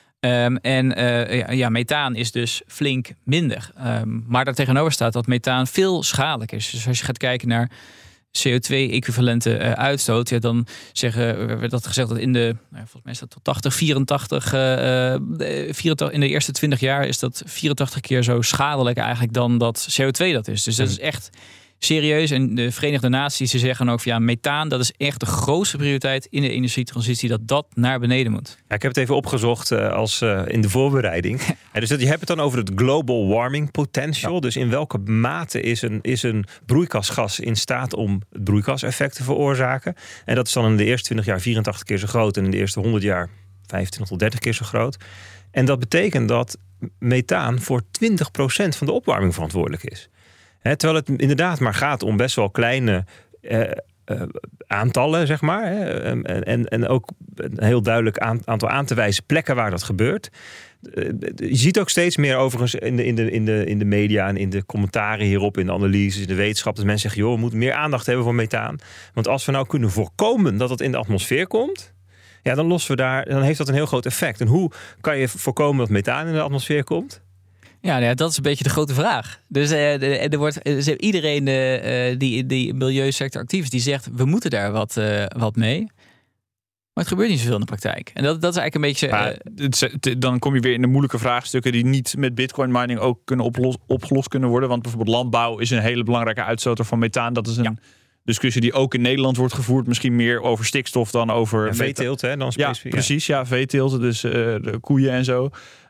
Methaan is dus flink minder. Maar daartegenover staat dat methaan veel schadelijker is. Dus als je gaat kijken naar CO2-equivalente uitstoot, dan werd dat gezegd dat in de, volgens mij is dat tot 84, in de eerste 20 jaar is dat 84 keer zo schadelijk eigenlijk dan dat CO2 dat is. Dus dat is echt serieus. En de Verenigde Naties zeggen ook van methaan, dat is echt de grootste prioriteit in de energietransitie, dat naar beneden moet. Ja, ik heb het even opgezocht in de voorbereiding. Dus je hebt het dan over het global warming potential. Ja. Dus in welke mate is een broeikasgas in staat om het broeikaseffect te veroorzaken. En dat is dan in de eerste 20 jaar 84 keer zo groot en in de eerste 100 jaar 25 tot 30 keer zo groot. En dat betekent dat methaan voor 20% van de opwarming verantwoordelijk is. Terwijl het inderdaad maar gaat om best wel kleine aantallen, zeg maar. En ook een heel duidelijk aantal aan te wijzen plekken waar dat gebeurt. Je ziet ook steeds meer overigens in de media en in de commentaren hierop, in de analyses, in de wetenschap, dat mensen zeggen, we moeten meer aandacht hebben voor methaan. Want als we nou kunnen voorkomen dat het in de atmosfeer komt, dan heeft dat een heel groot effect. En hoe kan je voorkomen dat methaan in de atmosfeer komt? Ja, dat is een beetje de grote vraag. Dus iedereen die in de milieusector actief is, die zegt, we moeten daar wat mee. Maar het gebeurt niet zoveel in de praktijk. En dat is eigenlijk een beetje... Dan kom je weer in de moeilijke vraagstukken die niet met bitcoin mining ook kunnen opgelost kunnen worden. Want bijvoorbeeld landbouw is een hele belangrijke uitstoter van methaan. Dat is een discussie die ook in Nederland wordt gevoerd. Misschien meer over stikstof dan over... veeteelt, hè? Dan specifiek. Ja, precies. Ja, veeteelt. Dus de koeien en zo.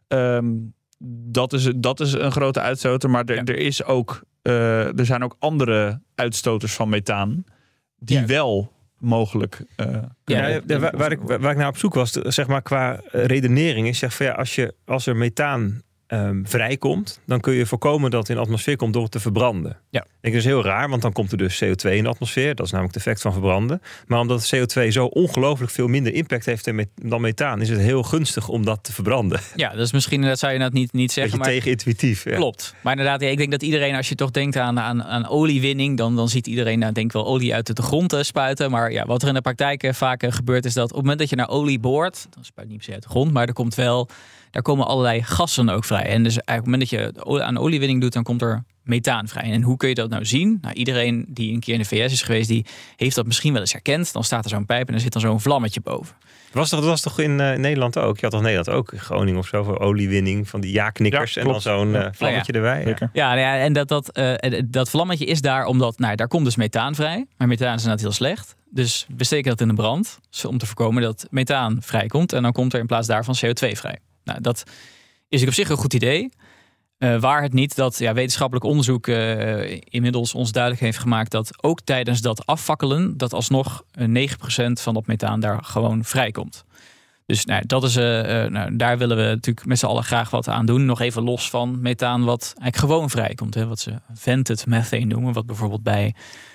Dat is een grote uitstoter. Maar er zijn ook andere uitstoters van methaan die wel mogelijk... Waar ik naar op zoek was, zeg maar qua redenering, is zeg van als er methaan vrijkomt, dan kun je voorkomen dat het in de atmosfeer komt door het te verbranden. Ja. Dat is heel raar, want dan komt er dus CO2 in de atmosfeer. Dat is namelijk het effect van verbranden. Maar omdat CO2 zo ongelooflijk veel minder impact heeft dan methaan, is het heel gunstig om dat te verbranden. Ja, dus misschien dat zou je dat niet zeggen. Beetje tegenintuïtief. Ja. Klopt. Maar inderdaad, ik denk dat iedereen, als je toch denkt aan oliewinning, dan ziet iedereen denk wel olie uit de grond spuiten. Maar wat er in de praktijk vaak gebeurt, is dat op het moment dat je naar olie boort, dan spuit niet per se uit de grond, maar daar komen allerlei gassen ook vrij. En dus eigenlijk op het moment dat je aan oliewinning doet, dan komt er methaan vrij. En hoe kun je dat nou zien? Nou, iedereen die een keer in de VS is geweest, die heeft dat misschien wel eens herkend. Dan staat er zo'n pijp en er zit dan zo'n vlammetje boven. Dat was toch in Nederland ook? Je had toch Nederland ook in Groningen of zo voor oliewinning van die ja-knikkers en dan zo'n vlammetje erbij. Ja, en dat vlammetje is daar omdat, daar komt dus methaan vrij. Maar methaan is inderdaad heel slecht. Dus we steken dat in de brand om te voorkomen dat methaan vrijkomt. En dan komt er in plaats daarvan CO2 vrij. Nou, dat is op zich een goed idee. Waar het niet dat wetenschappelijk onderzoek inmiddels ons duidelijk heeft gemaakt dat ook tijdens dat afvakkelen, dat alsnog 9% van dat methaan daar gewoon vrijkomt. Dus dat is, daar willen we natuurlijk met z'n allen graag wat aan doen. Nog even los van methaan wat eigenlijk gewoon vrijkomt. Hè, wat ze vented methane noemen. Wat bijvoorbeeld bij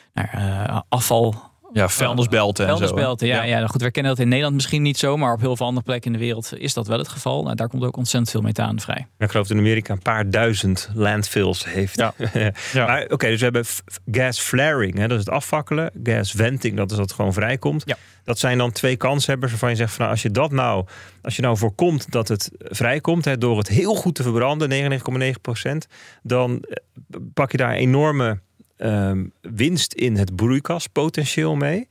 afval... Ja, vuilnisbelten en zo. Ja, goed, we kennen dat in Nederland misschien niet zo, maar op heel veel andere plekken in de wereld is dat wel het geval. Nou, daar komt ook ontzettend veel methaan vrij. Ik geloof dat in Amerika een paar duizend landfills heeft. Ja. Maar dus we hebben gas flaring, dat is het afvakkelen. Gas venting, dat is dat het gewoon vrijkomt. Ja. Dat zijn dan twee kanshebbers waarvan je zegt van als je nou voorkomt dat het vrijkomt, door het heel goed te verbranden, 99,9%, dan pak je daar enorme winst in het broeikaspotentieel mee.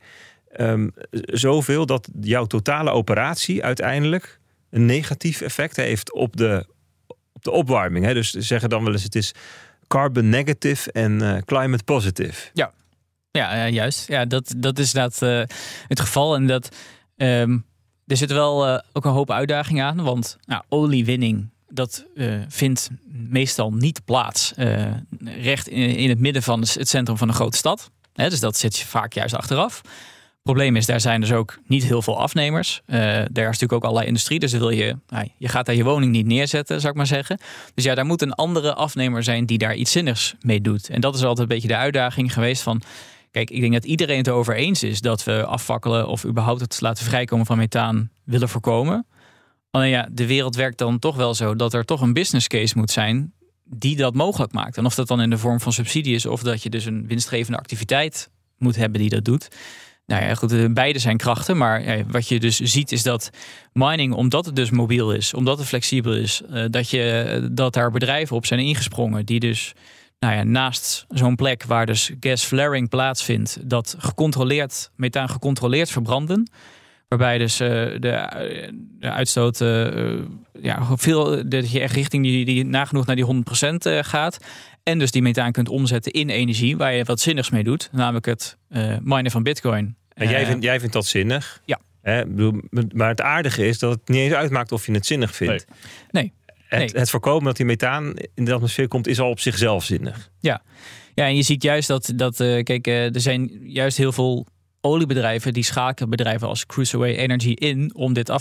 Zoveel dat jouw totale operatie uiteindelijk een negatief effect heeft op de opwarming. Hè? Dus zeggen dan wel eens het is carbon negative en climate positive. Ja, juist. Ja, dat is inderdaad het geval. En dat er zit wel ook een hoop uitdagingen aan. Want oliewinning, dat vindt meestal niet plaats recht in het midden van het centrum van een grote stad. Dus dat zit je vaak juist achteraf. Probleem is, daar zijn dus ook niet heel veel afnemers. Daar is natuurlijk ook allerlei industrie. Dus je gaat daar je woning niet neerzetten, zou ik maar zeggen. Dus ja, daar moet een andere afnemer zijn die daar iets zinnigs mee doet. En dat is altijd een beetje de uitdaging geweest van... Kijk, ik denk dat iedereen het erover eens is dat we afvakkelen of überhaupt het laten vrijkomen van methaan willen voorkomen. Alleen ja, de wereld werkt dan toch wel zo dat er toch een business case moet zijn die dat mogelijk maakt. En of dat dan in de vorm van subsidie is of dat je dus een winstgevende activiteit moet hebben die dat doet. Nou ja, goed, beide zijn krachten. Maar ja, wat je dus ziet is dat mining, omdat het dus mobiel is, omdat het flexibel is, dat daar bedrijven op zijn ingesprongen die dus naast zo'n plek waar dus gas flaring plaatsvindt, dat methaan gecontroleerd verbranden. Waarbij dus de uitstoot dat je echt richting die nagenoeg naar die 100% gaat. En dus die methaan kunt omzetten in energie waar je wat zinnigs mee doet. Namelijk het minen van Bitcoin. En jij vindt dat zinnig? Ja. Maar het aardige is dat het niet eens uitmaakt of je het zinnig vindt. Nee. Het voorkomen dat die methaan in de atmosfeer komt is al op zichzelf zinnig. Ja, en je ziet juist er zijn juist heel veel oliebedrijven die schakelen bedrijven als Crusoe Energy in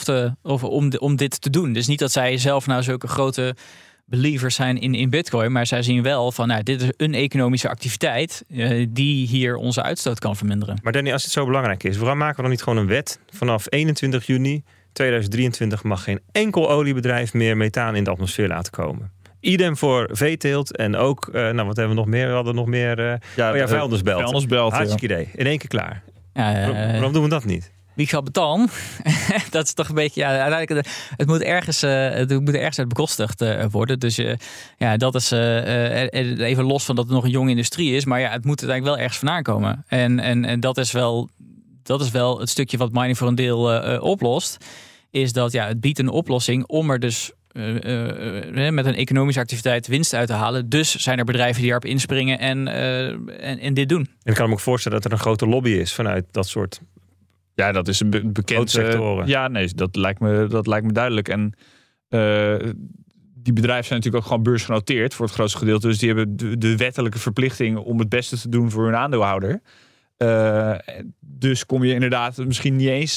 om dit te doen. Dus niet dat zij zelf nou zulke grote believers zijn in Bitcoin, maar zij zien wel van dit is een economische activiteit die hier onze uitstoot kan verminderen. Maar Danny, als het zo belangrijk is, waarom maken we dan niet gewoon een wet? Vanaf 21 juni 2023 mag geen enkel oliebedrijf meer methaan in de atmosfeer laten komen. Idem voor veeteelt en ook, wat hebben we nog meer? We hadden nog meer vuilnisbelt. Hartstikke idee. In één keer klaar. Waarom doen we dat niet? Wie gaat betalen? Dat is toch een beetje... Ja, uiteindelijk, het moet ergens uit bekostigd worden. Dus dat is even los van dat het nog een jonge industrie is. Maar het moet uiteindelijk wel ergens vandaan komen. En dat is wel het stukje wat mining voor een deel oplost. Is dat het biedt een oplossing om er dus met een economische activiteit winst uit te halen. Dus zijn er bedrijven die erop inspringen en dit doen. En ik kan me ook voorstellen dat er een grote lobby is vanuit dat soort... Ja, dat is een bekend sectoren. Dat lijkt me duidelijk. En die bedrijven zijn natuurlijk ook gewoon beursgenoteerd voor het grootste gedeelte. Dus die hebben de wettelijke verplichting om het beste te doen voor hun aandeelhouder. Dus kom je inderdaad misschien niet eens...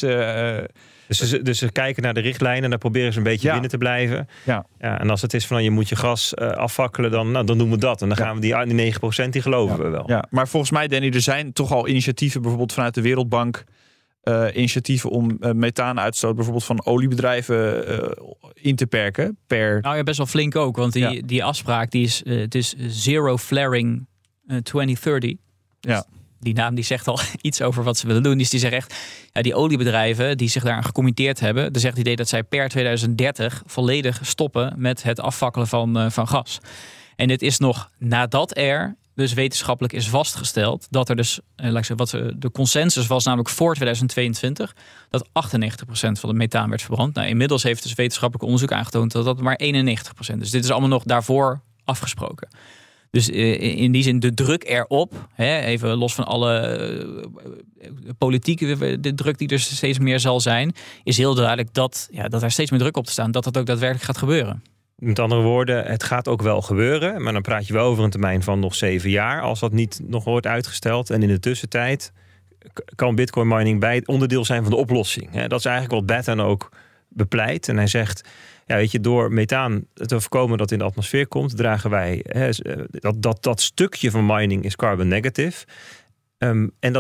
Dus ze kijken naar de richtlijnen en dan proberen ze een beetje binnen te blijven. Ja, en als het is van je moet je gas afvakkelen, dan doen we dat. En dan gaan we die 9% die geloven we wel. Ja, maar volgens mij, Danny, er zijn toch al initiatieven, bijvoorbeeld vanuit de Wereldbank, initiatieven om methaanuitstoot bijvoorbeeld van oliebedrijven in te perken. Best wel flink ook, want die afspraak het is Zero Flaring 2030. Ja. Die naam die zegt al iets over wat ze willen doen. Dus die zeggen echt, die oliebedrijven die zich daaraan gecommitteerd hebben, er zegt het idee dat zij per 2030 volledig stoppen met het afvakkelen van gas. En dit is nog nadat er dus wetenschappelijk is vastgesteld dat er dus, de consensus was namelijk voor 2022, dat 98% van de methaan werd verbrand. Nou, inmiddels heeft dus wetenschappelijk onderzoek aangetoond dat maar 91%. Dus dit is allemaal nog daarvoor afgesproken. Dus in die zin de druk erop, even los van alle politieke de druk die er steeds meer zal zijn, is heel duidelijk dat er steeds meer druk op te staan, dat ook daadwerkelijk gaat gebeuren. Met andere woorden, het gaat ook wel gebeuren, maar dan praat je wel over een termijn van nog 7 jaar, als dat niet nog wordt uitgesteld. En in de tussentijd kan Bitcoin mining onderdeel zijn van de oplossing. Dat is eigenlijk wat Batten ook bepleit. En hij zegt, door methaan te voorkomen dat in de atmosfeer komt, dragen wij dat stukje van mining is carbon negative. En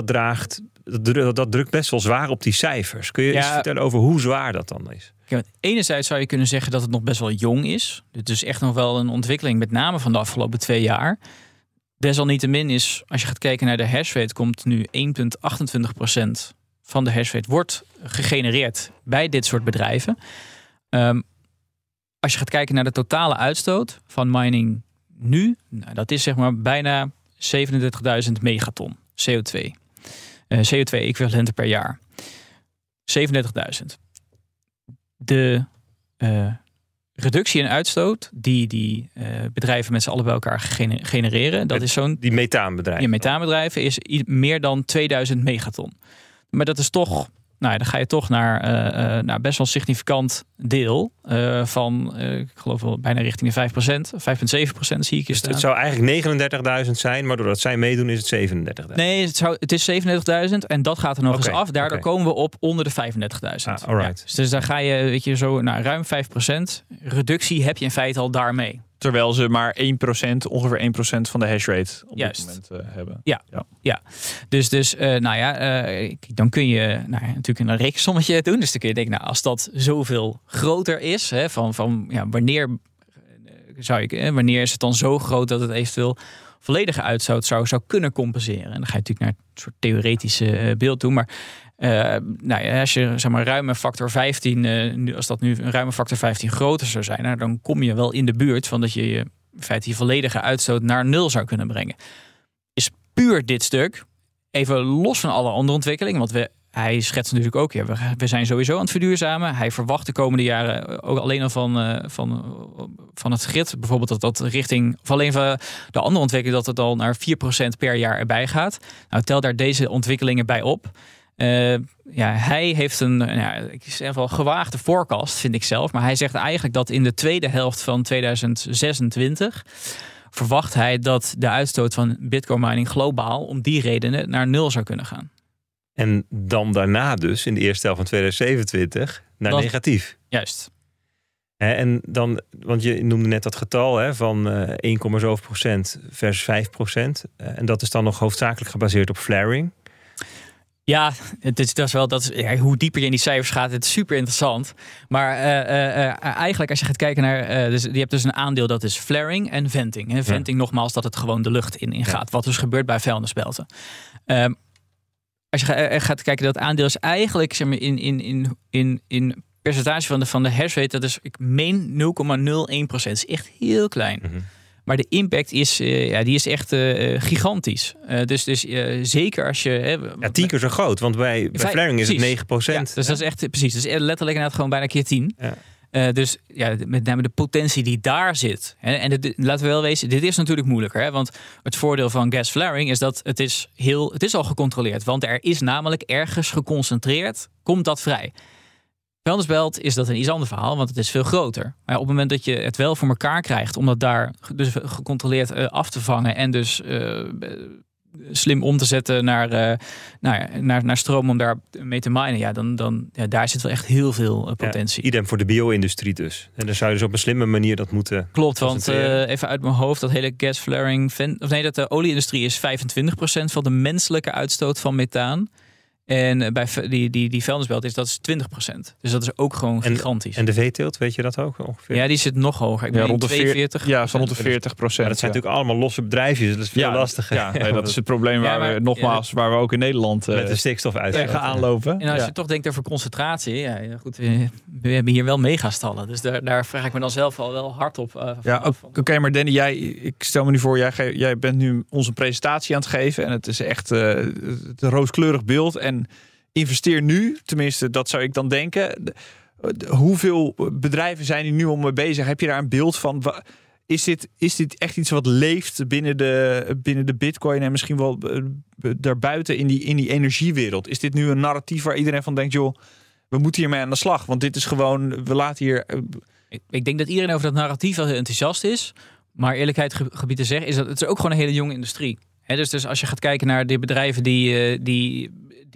dat drukt best wel zwaar op die cijfers. Kun je eens vertellen over hoe zwaar dat dan is? Enerzijds zou je kunnen zeggen dat het nog best wel jong is. Dit is echt nog wel een ontwikkeling, met name van de afgelopen 2 jaar. Desalniettemin is, als je gaat kijken naar de hashrate, komt nu 1,28% van de hashrate wordt gegenereerd bij dit soort bedrijven. Als je gaat kijken naar de totale uitstoot van mining nu, dat is zeg maar bijna 37.000 megaton CO2. CO2-equivalenten per jaar. 37.000. De reductie in uitstoot die bedrijven met z'n allen bij elkaar genereren, dat is zo'n... Die methaanbedrijven. Die methaanbedrijven is meer dan 2000 megaton. Maar dat is toch Nou, dan ga je toch naar best wel een significant deel van, ik geloof wel bijna richting de 5%, 5,7% zie ik hier staan. Het zou eigenlijk 39.000 zijn, maar doordat zij meedoen is het 37.000. Nee, het is 37.000 en dat gaat er nog eens af. Daardoor komen we op onder de 35.000. Alright. Ja, dus daar ga je zo naar ruim 5%. Reductie heb je in feite al daarmee. Terwijl ze maar ongeveer 1% van de hashrate op dit moment hebben. Ja. Dus dan kun je natuurlijk een rekensommetje doen. Dus dan kun je denken, als dat zoveel groter is, wanneer is het dan zo groot dat het eventueel volledige uitstoot zou kunnen compenseren? En dan ga je natuurlijk naar een soort theoretische beeld toe. Maar als je ruim een factor 15, als dat nu een ruime factor 15 groter zou zijn, dan kom je wel in de buurt van dat je in feite die volledige uitstoot naar 0 zou kunnen brengen. Is puur dit stuk, even los van alle andere ontwikkelingen, want hij schetst natuurlijk ook, we zijn sowieso aan het verduurzamen. Hij verwacht de komende jaren ook alleen al van het grid, bijvoorbeeld dat richting, of alleen van de andere ontwikkeling, dat het al naar 4% per jaar erbij gaat. Nou, tel daar deze ontwikkelingen bij op. Hij heeft ik zeg wel gewaagde forecast, vind ik zelf. Maar hij zegt eigenlijk dat in de tweede helft van 2026 verwacht hij dat de uitstoot van Bitcoin mining globaal om die redenen naar 0 zou kunnen gaan. En dan daarna dus in de eerste helft van 2027 naar negatief. Juist. En dan, want je noemde net dat getal van 1,7% versus 5%. En dat is dan nog hoofdzakelijk gebaseerd op flaring. Ja, hoe dieper je in die cijfers gaat, het is super interessant. Maar eigenlijk als je gaat kijken naar, je hebt dus een aandeel dat is flaring en venting. Hè. Venting nogmaals dat het gewoon de lucht in gaat. Wat dus gebeurt bij vuilnisbelten. Als je gaat kijken, dat aandeel is eigenlijk in percentage van de hashrate, dat is, ik meen 0,01%. Dat is echt heel klein. Mm-hmm. Maar de impact is, die is echt gigantisch. Dus zeker als je... 10 keer zo groot, want bij flaring is het 9%. Ja, dus dat is echt precies. Dus letterlijk inderdaad gewoon bijna keer 10. Ja. Dus met name de potentie die daar zit. En laten we wel wezen, dit is natuurlijk moeilijker. Hè? Want het voordeel van gas flaring is dat het is al gecontroleerd. Want er is namelijk ergens geconcentreerd, komt dat vrij. Vuilnisbelt is dat een iets ander verhaal, want het is veel groter. Maar op het moment dat je het wel voor elkaar krijgt om dat daar dus gecontroleerd af te vangen en dus slim om te zetten naar stroom om daar mee te minen, dan daar zit wel echt heel veel potentie. Idem voor de bio-industrie dus. En dan zou je dus op een slimme manier dat moeten. Klopt, want even uit mijn hoofd, dat hele gas flaring, dat de olieindustrie is 25% van de menselijke uitstoot van methaan. En bij die vuilnisbelt dat is 20%. Dus dat is ook gewoon gigantisch. En de veeteelt, weet je dat ook ongeveer? Ja, die zit nog hoger. Ik rond de 42%. Ja, rond de 40%. Maar dat zijn natuurlijk allemaal losse bedrijfjes. Dus dat is veel lastiger. Ja, dat is het probleem waar we ook in Nederland met de stikstof tegen aanlopen. En als je toch denkt over concentratie, goed, we hebben hier wel megastallen. Dus daar vraag ik me dan zelf al wel hard op. Oké, maar Danny, ik stel me nu voor, jij bent nu onze presentatie aan het geven en het is echt een rooskleurig beeld. En investeer nu, tenminste dat zou ik dan denken. Hoeveel bedrijven zijn er nu om mee bezig? Heb je daar een beeld van? Is dit echt iets wat leeft binnen de Bitcoin en misschien wel daarbuiten in die energiewereld? Is dit nu een narratief waar iedereen van denkt, joh, we moeten hiermee aan de slag? Want dit is gewoon, we laten hier... Ik denk dat iedereen over dat narratief wel heel enthousiast is. Maar eerlijkheid gebied te zeggen, is dat het is ook gewoon een hele jonge industrie. Dus als je gaat kijken naar de bedrijven die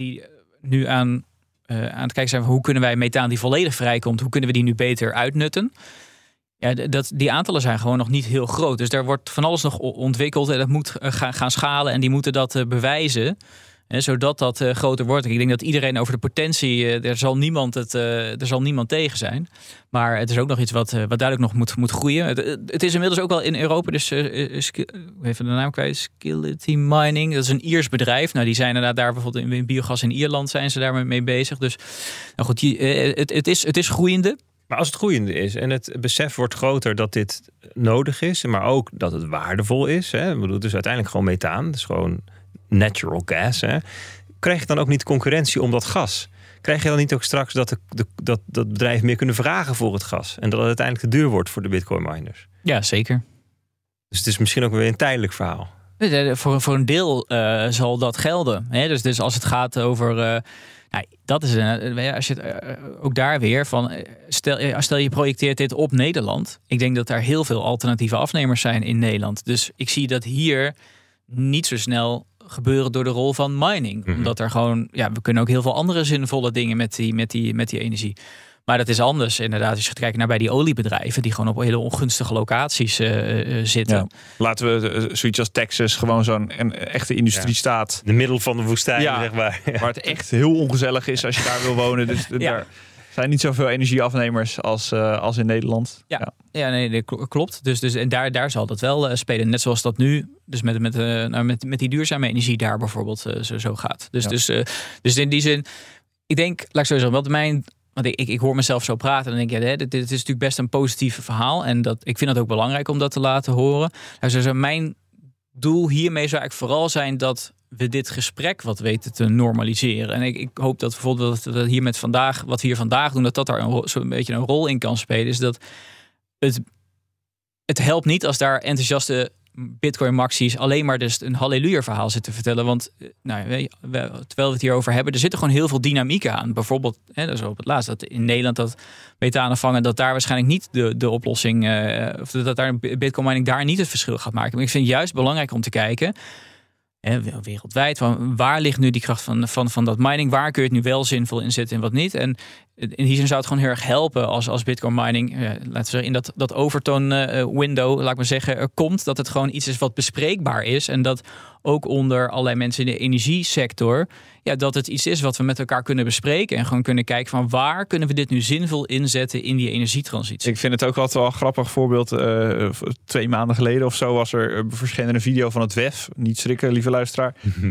nu aan het kijken zijn van hoe kunnen wij methaan die volledig vrijkomt, hoe kunnen we die nu beter uitnutten? Ja, die aantallen zijn gewoon nog niet heel groot. Dus daar wordt van alles nog ontwikkeld en dat moet gaan schalen en die moeten dat bewijzen. Zodat dat groter wordt. Ik denk dat iedereen over de potentie, er zal niemand tegen zijn. Maar het is ook nog iets wat duidelijk nog moet groeien. Het is inmiddels ook wel in Europa, dus even de naam kwijt, Skillity Mining. Dat is een Iers bedrijf. Nou, die zijn inderdaad daar bijvoorbeeld in biogas in Ierland zijn ze daarmee bezig. Dus nou goed, het is groeiende. Maar als het groeiende is en het besef wordt groter dat dit nodig is, maar ook dat het waardevol is. Ik bedoel, het is uiteindelijk gewoon methaan. Het is gewoon natural gas. Krijg je dan ook niet concurrentie om dat gas? Krijg je dan niet ook straks dat bedrijven meer kunnen vragen voor het gas? En dat het uiteindelijk te duur wordt voor de Bitcoin miners? Ja, zeker. Dus het is misschien ook weer een tijdelijk verhaal. Voor een deel zal dat gelden. Dus als het gaat over Nou, dat is als je het ook daar weer van stel je projecteert dit op Nederland. Ik denk dat daar heel veel alternatieve afnemers zijn in Nederland. Dus ik zie dat hier niet zo snel gebeuren door de rol van mining. Omdat er gewoon, we kunnen ook heel veel andere zinvolle dingen met die energie. Maar dat is anders inderdaad als je gaat kijken naar bij die oliebedrijven die gewoon op hele ongunstige locaties zitten. Ja. Laten we zoiets als Texas gewoon zo'n echte industriestaat. De middel van de woestijn, zeg maar. Waar het echt heel ongezellig is als je daar wil wonen. Dus daar zijn niet zoveel energieafnemers als in Nederland. Ja, nee, klopt. Dus en daar zal dat wel spelen. Net zoals dat nu dus met die duurzame energie daar bijvoorbeeld zo gaat. Dus in die zin, ik denk, laat ik sowieso wat want ik hoor mezelf zo praten en denk dit is natuurlijk best een positief verhaal. En ik vind het ook belangrijk om dat te laten horen. Dus mijn doel hiermee zou eigenlijk vooral zijn dat we dit gesprek wat weten te normaliseren. En ik hoop dat bijvoorbeeld dat hier wat we hier vandaag doen, dat daar zo'n beetje een rol in kan spelen. Is dat het helpt niet als daar enthousiaste Bitcoin-maxies alleen maar dus een halleluja-verhaal zitten vertellen. Want terwijl we het hierover hebben, er zitten gewoon heel veel dynamiek aan. Bijvoorbeeld, dat is op het laatst, dat in Nederland dat methanen vangen, dat daar waarschijnlijk niet de oplossing, of dat daar Bitcoin mining daar niet het verschil gaat maken. Maar ik vind het juist belangrijk om te kijken, wereldwijd, van waar ligt nu die kracht van dat mining? Waar kun je het nu wel zinvol inzetten en wat niet? En in die zin zou het gewoon heel erg helpen als Bitcoin mining, laten we zeggen, in dat Overton window, laat ik maar zeggen, komt. Dat het gewoon iets is wat bespreekbaar is. En dat ook onder allerlei mensen in de energiesector, dat het iets is wat we met elkaar kunnen bespreken. En gewoon kunnen kijken van waar kunnen we dit nu zinvol inzetten in die energietransitie. Ik vind het ook altijd wel een grappig voorbeeld. 2 maanden geleden of zo was er verschenen een video van het WEF. Niet schrikken, lieve luisteraar.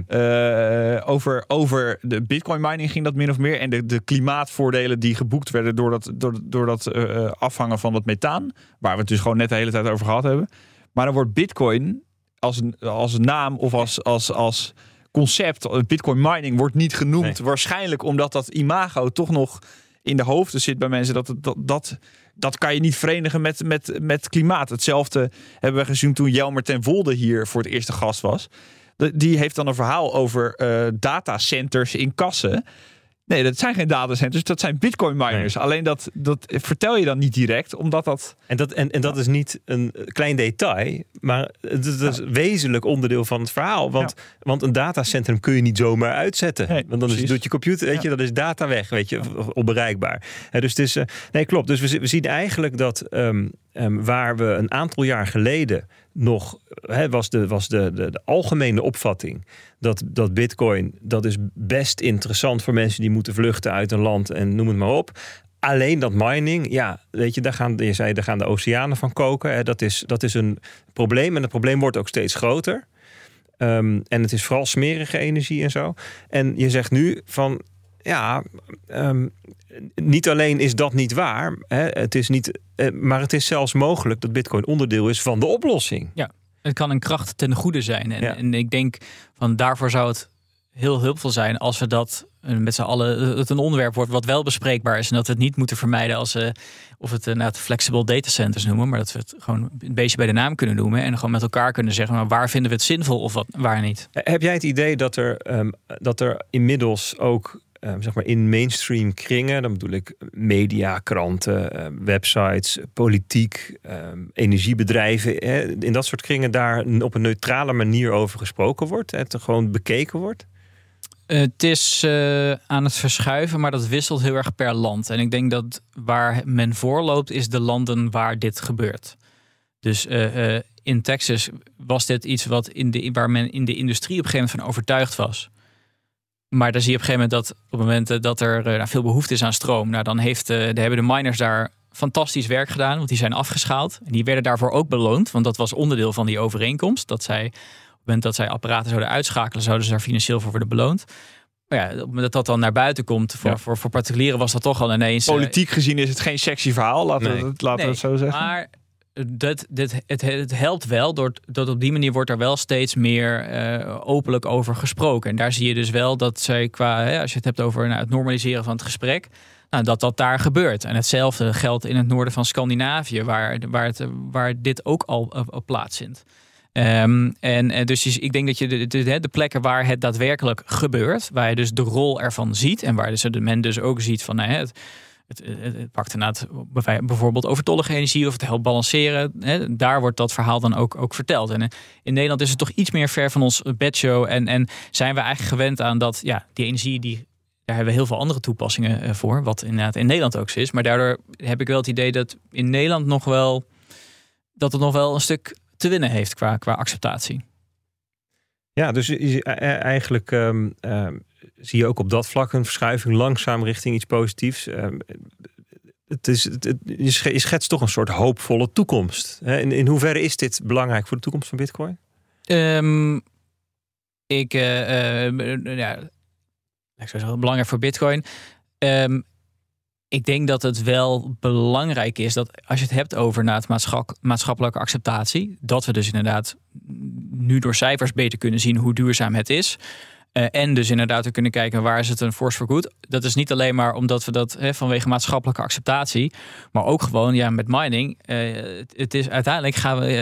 Over de Bitcoin mining ging dat min of meer. En de klimaatvoordelen die geboekt werden door dat afvangen van dat methaan. Waar we het dus gewoon net de hele tijd over gehad hebben. Maar dan wordt Bitcoin als naam of als concept, Bitcoin mining wordt niet genoemd. Nee. Waarschijnlijk omdat dat imago toch nog in de hoofden zit bij mensen. Dat kan je niet verenigen met klimaat. Hetzelfde hebben we gezien toen Jelmer ten Wolde hier voor het eerste gast was. Die heeft dan een verhaal over datacenters in Kassen. Nee, dat zijn geen datacenters, dat zijn Bitcoin miners. Nee. Alleen dat vertel je dan niet direct, omdat dat... En dat is niet een klein detail, maar het is wezenlijk onderdeel van het verhaal. Want een datacentrum kun je niet zomaar uitzetten. Nee, want dan doet je computer, dat is data weg, onbereikbaar. Dus het is... nee, klopt. Dus we zien eigenlijk dat waar we een aantal jaar geleden nog was de algemene opvatting dat Bitcoin, dat is best interessant voor mensen die moeten vluchten uit een land en noem het maar op. Alleen dat mining, daar gaan de oceanen van koken. Dat is een probleem en het probleem wordt ook steeds groter. En het is vooral smerige energie en zo. En je zegt nu van niet alleen is dat niet waar, het is niet, maar het is zelfs mogelijk dat Bitcoin onderdeel is van de oplossing. Ja, het kan een kracht ten goede zijn. En ik denk van daarvoor zou het heel hulpvol zijn als we dat met z'n allen het een onderwerp wordt wat wel bespreekbaar is en dat we het niet moeten vermijden als of het flexible data centers noemen, maar dat we het gewoon een beetje bij de naam kunnen noemen en gewoon met elkaar kunnen zeggen, maar waar vinden we het zinvol of waar niet? Heb jij het idee dat er inmiddels ook in mainstream kringen, dan bedoel ik media, kranten, websites, politiek, energiebedrijven, in dat soort kringen daar op een neutrale manier over gesproken wordt, het gewoon bekeken wordt? Het is aan het verschuiven, maar dat wisselt heel erg per land. En ik denk dat waar men voorloopt is de landen waar dit gebeurt. Dus in Texas was dit iets waar men in de industrie op een gegeven moment van overtuigd was. Maar dan zie je op een gegeven moment dat op het moment dat er veel behoefte is aan stroom, dan hebben de miners daar fantastisch werk gedaan, want die zijn afgeschaald. En die werden daarvoor ook beloond, want dat was onderdeel van die overeenkomst. Dat zij, op het moment dat zij apparaten zouden uitschakelen, zouden ze daar financieel voor worden beloond. Maar op het moment dat dat dan naar buiten komt, voor particulieren was dat toch al ineens... Politiek gezien is het geen sexy verhaal, laten we het zo zeggen. Maar het helpt wel, dat op die manier wordt er wel steeds meer openlijk over gesproken. En daar zie je dus wel dat zij als je het hebt over het normaliseren van het gesprek, dat daar gebeurt. En hetzelfde geldt in het noorden van Scandinavië, waar dit ook al plaatsvindt. Dus ik denk dat je de plekken waar het daadwerkelijk gebeurt, waar je dus de rol ervan ziet en waar men dus ook ziet van het pakt inderdaad bijvoorbeeld overtollige energie of het helpt balanceren. Daar wordt dat verhaal dan ook verteld. En in Nederland is het toch iets meer ver van ons bedshow en zijn we eigenlijk gewend aan dat die energie daar hebben we heel veel andere toepassingen voor, wat inderdaad in Nederland ook zo is. Maar daardoor heb ik wel het idee dat in Nederland dat het nog wel een stuk te winnen heeft qua acceptatie. Ja, dus eigenlijk zie je ook op dat vlak een verschuiving langzaam richting iets positiefs. Je schetst toch een soort hoopvolle toekomst. In hoeverre is dit belangrijk voor de toekomst van Bitcoin? Ik zou zeggen, belangrijk voor Bitcoin. Ik denk dat het wel belangrijk is dat als je het hebt over maatschappelijke acceptatie, dat we dus inderdaad nu door cijfers beter kunnen zien hoe duurzaam het is. En dus inderdaad we kunnen kijken waar is het een force for good. Dat is niet alleen maar omdat we dat vanwege maatschappelijke acceptatie, maar ook gewoon met mining. Het is uiteindelijk gaan we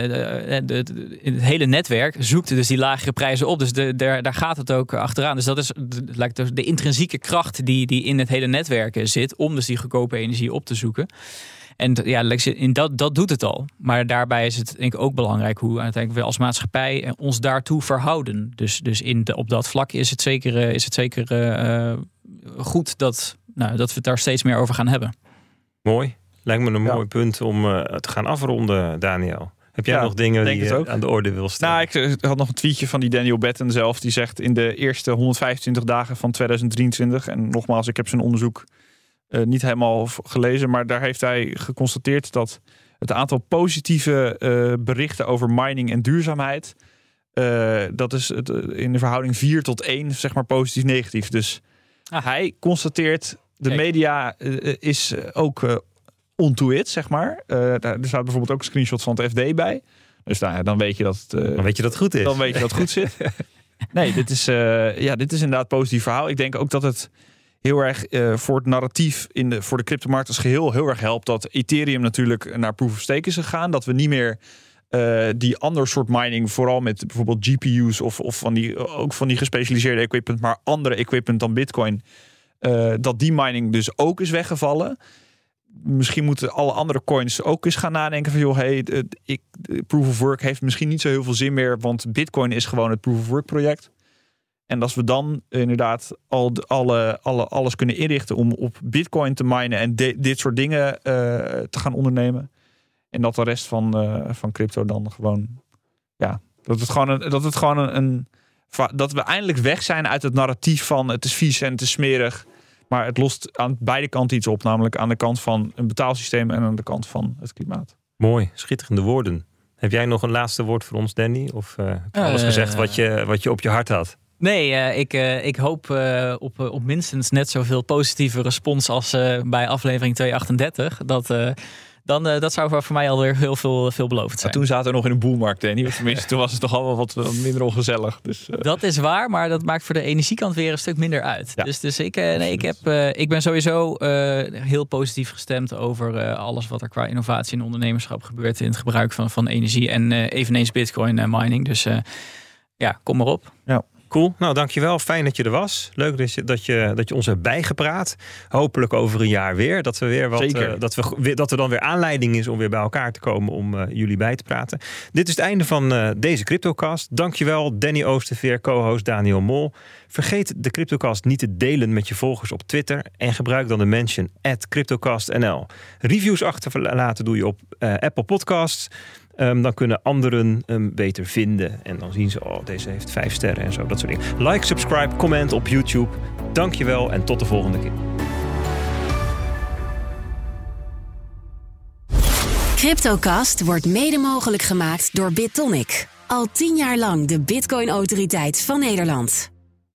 het hele netwerk zoekt dus die lagere prijzen op. Dus daar gaat het ook achteraan. Dus dat is de intrinsieke kracht die in het hele netwerk zit om dus die goedkope energie op te zoeken. En dat doet het al. Maar daarbij is het denk ik ook belangrijk hoe uiteindelijk we als maatschappij ons daartoe verhouden. Dus op dat vlak is het zeker goed dat we het daar steeds meer over gaan hebben. Mooi. Lijkt me een mooi punt om te gaan afronden, Daniel. Heb jij nog dingen die je aan de orde wil stellen? Ik had nog een tweetje van die Daniel Batten zelf. Die zegt in de eerste 125 dagen van 2023... en nogmaals, ik heb zijn onderzoek niet helemaal gelezen, maar daar heeft hij geconstateerd dat het aantal positieve berichten over mining en duurzaamheid, dat is in de verhouding 4-1, zeg maar positief negatief. Dus hij constateert, de media is ook onto it, zeg maar. Er staat bijvoorbeeld ook een screenshot van het FD bij. Dus dan weet je dat het, dan weet je dat het goed is. Dan weet je dat het goed zit. Nee, dit is inderdaad een positief verhaal. Ik denk ook dat het heel erg voor het narratief voor de cryptomarkt als geheel heel erg helpt dat Ethereum natuurlijk naar proof of stake is gegaan. Dat we niet meer die ander soort mining, vooral met bijvoorbeeld GPU's of van die gespecialiseerde equipment, maar andere equipment dan Bitcoin, dat die mining dus ook is weggevallen. Misschien moeten alle andere coins ook eens gaan nadenken van proof of work heeft misschien niet zo heel veel zin meer, want Bitcoin is gewoon het proof of work project. En als we dan inderdaad alles kunnen inrichten om op Bitcoin te minen en dit soort dingen te gaan ondernemen. En dat de rest van crypto dan gewoon, dat we eindelijk weg zijn uit het narratief van het is vies en het is smerig. Maar het lost aan beide kanten iets op. Namelijk aan de kant van een betaalsysteem en aan de kant van het klimaat. Mooi, schitterende woorden. Heb jij nog een laatste woord voor ons, Danny? Of heb je alles gezegd wat je op je hart had? Nee, ik hoop op minstens net zoveel positieve respons als bij aflevering 238. Dat zou voor mij alweer heel veelbelovend zijn. Maar toen zaten we nog in een boelmarkt, Danny. Tenminste, toen was het toch allemaal wat minder ongezellig. Dus, Dat is waar, maar dat maakt voor de energiekant weer een stuk minder uit. Ja. Dus ik ben sowieso heel positief gestemd over alles wat er qua innovatie en ondernemerschap gebeurt in het gebruik van energie. En eveneens Bitcoin mining. Dus kom maar op. Ja. Cool, nou dankjewel. Fijn dat je er was. Leuk dat je ons hebt bijgepraat. Hopelijk over een jaar weer. Dat we weer dat er dan weer aanleiding is om weer bij elkaar te komen om jullie bij te praten. Dit is het einde van deze CryptoCast. Dankjewel Danny Oosterveer, co-host Daniel Mol. Vergeet de CryptoCast niet te delen met je volgers op Twitter en gebruik dan de mention @CryptoCastNL. Reviews achterlaten doe je op Apple Podcasts. Dan kunnen anderen hem beter vinden. En dan zien ze, deze heeft 5 sterren en zo. Dat soort dingen. Like, subscribe, comment op YouTube. Dankjewel en tot de volgende keer. CryptoCast wordt mede mogelijk gemaakt door BitTonic. Al 10 jaar lang de Bitcoin-autoriteit van Nederland.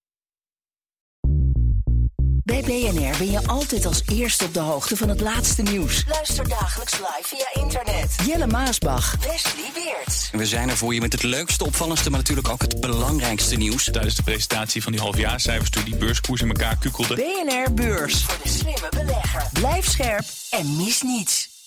Bij BNR ben je altijd als eerste op de hoogte van het laatste nieuws. Luister dagelijks live via internet. Jelle Maasbach, Wesley Weerts. We zijn er voor je met het leukste, opvallendste, maar natuurlijk ook het belangrijkste nieuws. Tijdens de presentatie van die halfjaarcijfers toen die beurskoers in elkaar kukkelde. BNR Beurs. Voor de slimme belegger. Blijf scherp en mis niets.